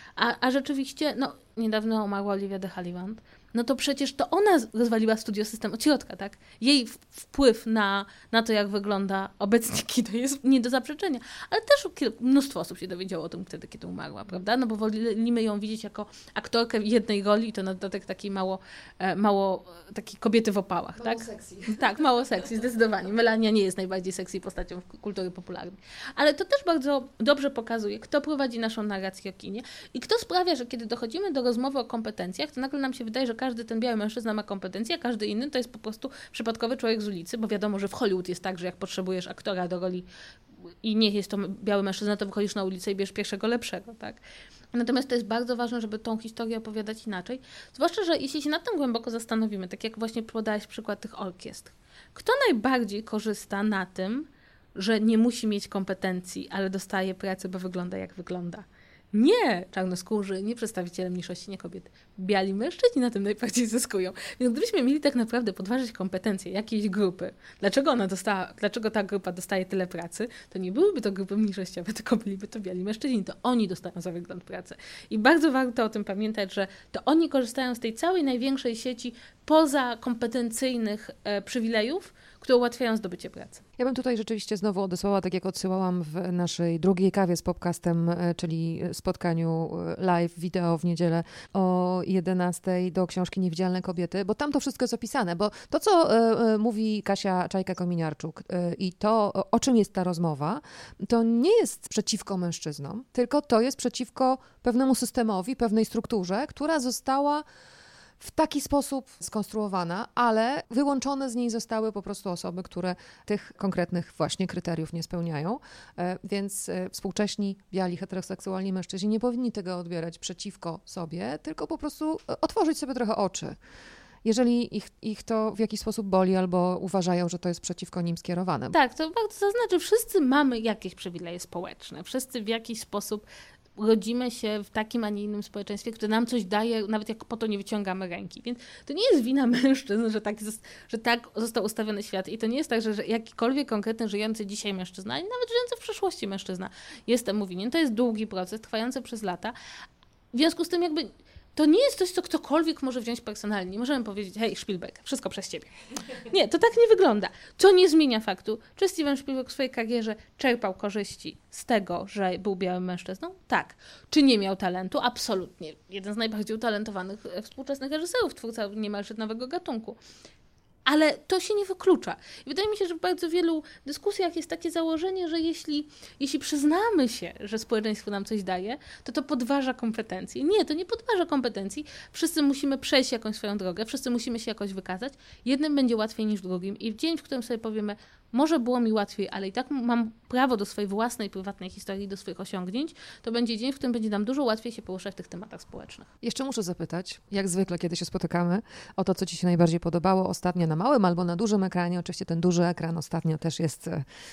A rzeczywiście, niedawno umarła Olivia de Havilland, to przecież to ona rozwaliła Studio System od środka, tak? Jej wpływ na to, jak wygląda obecnie kino jest nie do zaprzeczenia. Ale też mnóstwo osób się dowiedziało o tym wtedy, kiedy umarła, prawda? Bo wolimy ją widzieć jako aktorkę jednej roli i to na dodatek takiej mało takiej kobiety w opałach, tak? Mało sexy. Tak, mało sexy, zdecydowanie. Melania nie jest najbardziej sexy postacią w kultury popularnej. Ale to też bardzo dobrze pokazuje, kto prowadzi naszą narrację o kinie i kto sprawia, że kiedy dochodzimy do rozmowy o kompetencjach, to nagle nam się wydaje, że każdy ten biały mężczyzna ma kompetencje, a każdy inny to jest po prostu przypadkowy człowiek z ulicy, bo wiadomo, że w Hollywood jest tak, że jak potrzebujesz aktora do roli i nie jest to biały mężczyzna, to wychodzisz na ulicę i bierzesz pierwszego lepszego, tak? Natomiast to jest bardzo ważne, żeby tą historię opowiadać inaczej. Zwłaszcza, że jeśli się nad tym głęboko zastanowimy, tak jak właśnie podałeś przykład tych orkiestr, kto najbardziej korzysta na tym, że nie musi mieć kompetencji, ale dostaje pracę, bo wygląda jak wygląda? Nie czarnoskórzy, nie przedstawiciele mniejszości, nie kobiety. Biali mężczyźni na tym najbardziej zyskują. Więc gdybyśmy mieli tak naprawdę podważyć kompetencje jakiejś grupy, dlaczego ta grupa dostaje tyle pracy, to nie byłyby to grupy mniejszościowe, tylko byliby to biali mężczyźni. To oni dostają za wygląd pracy. I bardzo warto o tym pamiętać, że to oni korzystają z tej całej największej sieci pozakompetencyjnych przywilejów, które ułatwiają zdobycie pracy. Ja bym tutaj rzeczywiście znowu odesłała, tak jak odsyłałam w naszej drugiej kawie z Popcastem, czyli spotkaniu live, wideo w niedzielę o 11 do książki Niewidzialne kobiety, bo tam to wszystko jest opisane, bo to, co mówi Kasia Czajka-Kominiarczuk i to, o czym jest ta rozmowa, to nie jest przeciwko mężczyznom, tylko to jest przeciwko pewnemu systemowi, pewnej strukturze, która została w taki sposób skonstruowana, ale wyłączone z niej zostały po prostu osoby, które tych konkretnych właśnie kryteriów nie spełniają, więc współcześni, biali, heteroseksualni mężczyźni nie powinni tego odbierać przeciwko sobie, tylko po prostu otworzyć sobie trochę oczy. Jeżeli ich to w jakiś sposób boli albo uważają, że to jest przeciwko nim skierowane. Tak, to znaczy wszyscy mamy jakieś przywileje społeczne, wszyscy w jakiś sposób rodzimy się w takim, a nie innym społeczeństwie, które nam coś daje, nawet jak po to nie wyciągamy ręki. Więc to nie jest wina mężczyzn, że tak został ustawiony świat. I to nie jest tak, że jakikolwiek konkretny żyjący dzisiaj mężczyzna, ale nawet żyjący w przeszłości mężczyzna jest temu winien. To jest długi proces, trwający przez lata. W związku z tym to nie jest coś, co ktokolwiek może wziąć personalnie. Nie możemy powiedzieć, hej, Spielberg, wszystko przez ciebie. Nie, to tak nie wygląda. Co nie zmienia faktu, czy Steven Spielberg w swojej karierze czerpał korzyści z tego, że był białym mężczyzną? Tak. Czy nie miał talentu? Absolutnie. Jeden z najbardziej utalentowanych współczesnych reżyserów, twórca niemalże nowego gatunku. Ale to się nie wyklucza. I wydaje mi się, że w bardzo wielu dyskusjach jest takie założenie, że jeśli przyznamy się, że społeczeństwo nam coś daje, to podważa kompetencje. Nie, to nie podważa kompetencji. Wszyscy musimy przejść jakąś swoją drogę, wszyscy musimy się jakoś wykazać. Jednym będzie łatwiej niż drugim. I w dzień, w którym sobie powiemy, może było mi łatwiej, ale i tak mam prawo do swojej własnej, prywatnej historii, do swoich osiągnięć, to będzie dzień, w którym będzie nam dużo łatwiej się poruszać w tych tematach społecznych. Jeszcze muszę zapytać, jak zwykle, kiedy się spotykamy, o to, co ci się najbardziej podobało ostatnio na małym albo na dużym ekranie. Oczywiście ten duży ekran ostatnio też jest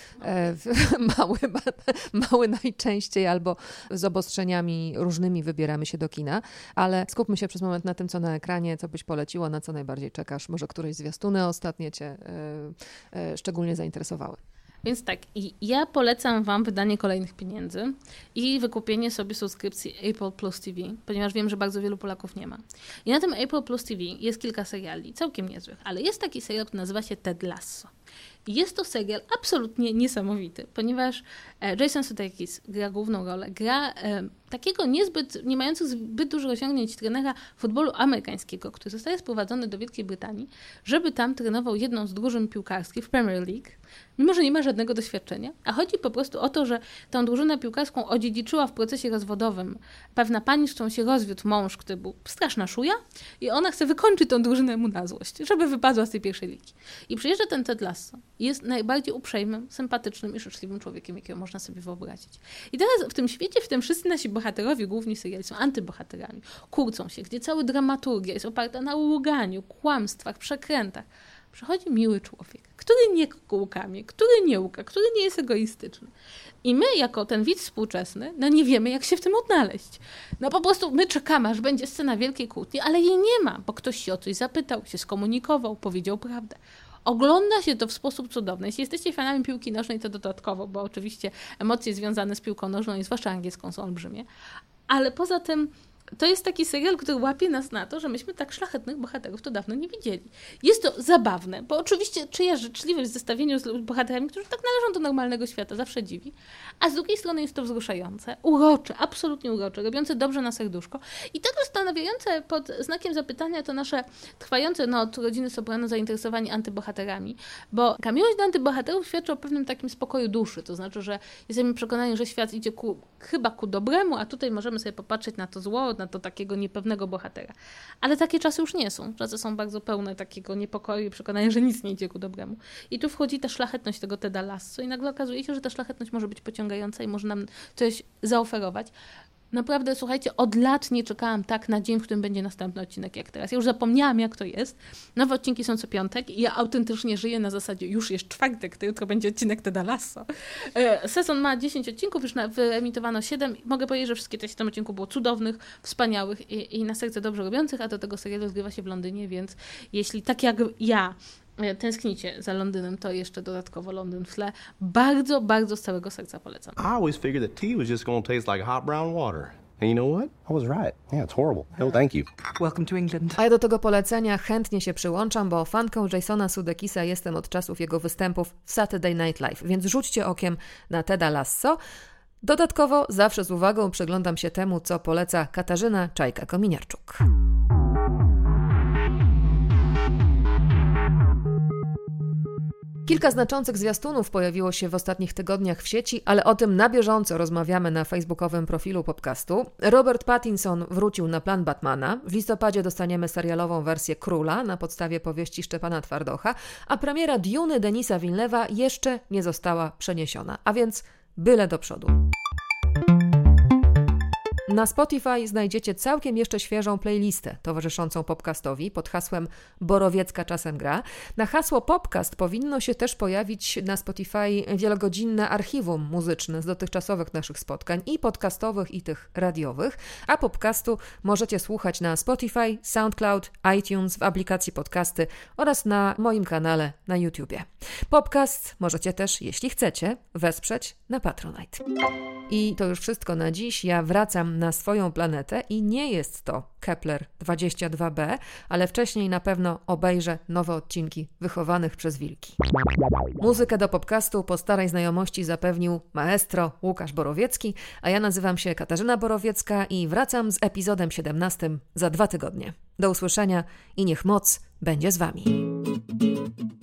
mały najczęściej, albo z obostrzeniami różnymi wybieramy się do kina, ale skupmy się przez moment na tym, co na ekranie, co byś poleciła, na co najbardziej czekasz. Może któreś zwiastuny ostatnie cię szczególnie zainteresowały. Więc tak, i ja polecam wam wydanie Kolejnych pieniędzy i wykupienie sobie subskrypcji Apple Plus TV, ponieważ wiem, że bardzo wielu Polaków nie ma. I na tym Apple Plus TV jest kilka seriali, całkiem niezłych, ale jest taki serial, który nazywa się Ted Lasso. Jest to serial absolutnie niesamowity, ponieważ Jason Sudeikis gra główną rolę, gra takiego nie mającego zbyt dużych osiągnięć trenera futbolu amerykańskiego, który zostaje sprowadzony do Wielkiej Brytanii, żeby tam trenował jedną z drużyn piłkarskich w Premier League, mimo że nie ma żadnego doświadczenia, a chodzi po prostu o to, że tą drużynę piłkarską odziedziczyła w procesie rozwodowym pewna pani, z którą się rozwiódł mąż, który był straszna szuja i ona chce wykończyć tą drużynę mu na złość, żeby wypadła z tej pierwszej ligi. I przyjeżdża ten Ted Lasso i jest najbardziej uprzejmym, sympatycznym i życzliwym człowiekiem, jakiego można sobie wyobrazić. I teraz w tym świecie, w tym wszyscy nasi bohaterowie główni seriali są antybohaterami, kłócą się, gdzie cała dramaturgia jest oparta na ługaniu, kłamstwach, przekrętach. Przychodzi miły człowiek, który nie kółkami, który nie łuka, który nie jest egoistyczny. I my, jako ten widz współczesny, nie wiemy, jak się w tym odnaleźć. Po prostu my czekamy, aż będzie scena wielkiej kłótni, ale jej nie ma, bo ktoś się o coś zapytał, się skomunikował, powiedział prawdę. Ogląda się to w sposób cudowny. Jeśli jesteście fanami piłki nożnej, to dodatkowo, bo oczywiście emocje związane z piłką nożną i zwłaszcza angielską są olbrzymie. Ale poza tym to jest taki serial, który łapie nas na to, że myśmy tak szlachetnych bohaterów to dawno nie widzieli. Jest to zabawne, bo oczywiście czyja życzliwość w zestawieniu z bohaterami, którzy tak należą do normalnego świata, zawsze dziwi. A z drugiej strony jest to wzruszające, urocze, absolutnie urocze, robiące dobrze na serduszko i tak zastanawiające pod znakiem zapytania to nasze trwające od rodziny Soprano zainteresowanie antybohaterami, bo ta miłość do antybohaterów świadczy o pewnym takim spokoju duszy, to znaczy, że jesteśmy przekonani, że świat idzie chyba ku dobremu, a tutaj możemy sobie popatrzeć na to zło, na to takiego niepewnego bohatera. Ale takie czasy już nie są. Czasy są bardzo pełne takiego niepokoju i przekonania, że nic nie idzie ku dobremu. I tu wchodzi ta szlachetność tego Teda Lasso i nagle okazuje się, że ta szlachetność może być pociągająca i może nam coś zaoferować. Naprawdę, słuchajcie, od lat nie czekałam tak na dzień, w którym będzie następny odcinek jak teraz. Ja już zapomniałam, jak to jest. Nowe odcinki są co piątek i ja autentycznie żyję na zasadzie już jest czwartek, to jutro będzie odcinek Teda Lasso. Sezon ma 10 odcinków, już wyemitowano 7. Mogę powiedzieć, że wszystkie te 7 odcinków było cudownych, wspaniałych i na serce dobrze robiących, a do tego serialu rozgrywa się w Londynie, więc jeśli tak jak ja tęsknicie za Londynem, to jeszcze dodatkowo Londyn w tle. Bardzo, bardzo z całego serca polecam. I always figured that tea was just going to taste like hot brown water. And you know what? I was right. Yeah, it's horrible. No, thank you. Welcome to England. A ja do tego polecenia chętnie się przyłączam, bo fanką Jasona Sudeikisa jestem od czasów jego występów w Saturday Night Live, więc rzućcie okiem na Teda Lasso. Dodatkowo zawsze z uwagą przyglądam się temu, co poleca Katarzyna Czajka-Kominiarczuk. Kilka znaczących zwiastunów pojawiło się w ostatnich tygodniach w sieci, ale o tym na bieżąco rozmawiamy na facebookowym profilu podcastu. Robert Pattinson wrócił na plan Batmana. W listopadzie dostaniemy serialową wersję Króla na podstawie powieści Szczepana Twardocha, a premiera Duny Denisa Villeneuve'a jeszcze nie została przeniesiona, a więc byle do przodu. Na Spotify znajdziecie całkiem jeszcze świeżą playlistę towarzyszącą podcastowi pod hasłem Borowiecka czasem gra. Na hasło podcast powinno się też pojawić na Spotify wielogodzinne archiwum muzyczne z dotychczasowych naszych spotkań i podcastowych, i tych radiowych, a podcastu możecie słuchać na Spotify, SoundCloud, iTunes, w aplikacji podcasty oraz na moim kanale na YouTubie. Podcast możecie też, jeśli chcecie, wesprzeć na Patronite. I to już wszystko na dziś. Ja wracam na swoją planetę i nie jest to Kepler 22b, ale wcześniej na pewno obejrzę nowe odcinki Wychowanych przez wilki. Muzykę do podcastu po starej znajomości zapewnił maestro Łukasz Borowiecki, a ja nazywam się Katarzyna Borowiecka i wracam z epizodem 17 za 2 tygodnie. Do usłyszenia i niech moc będzie z Wami.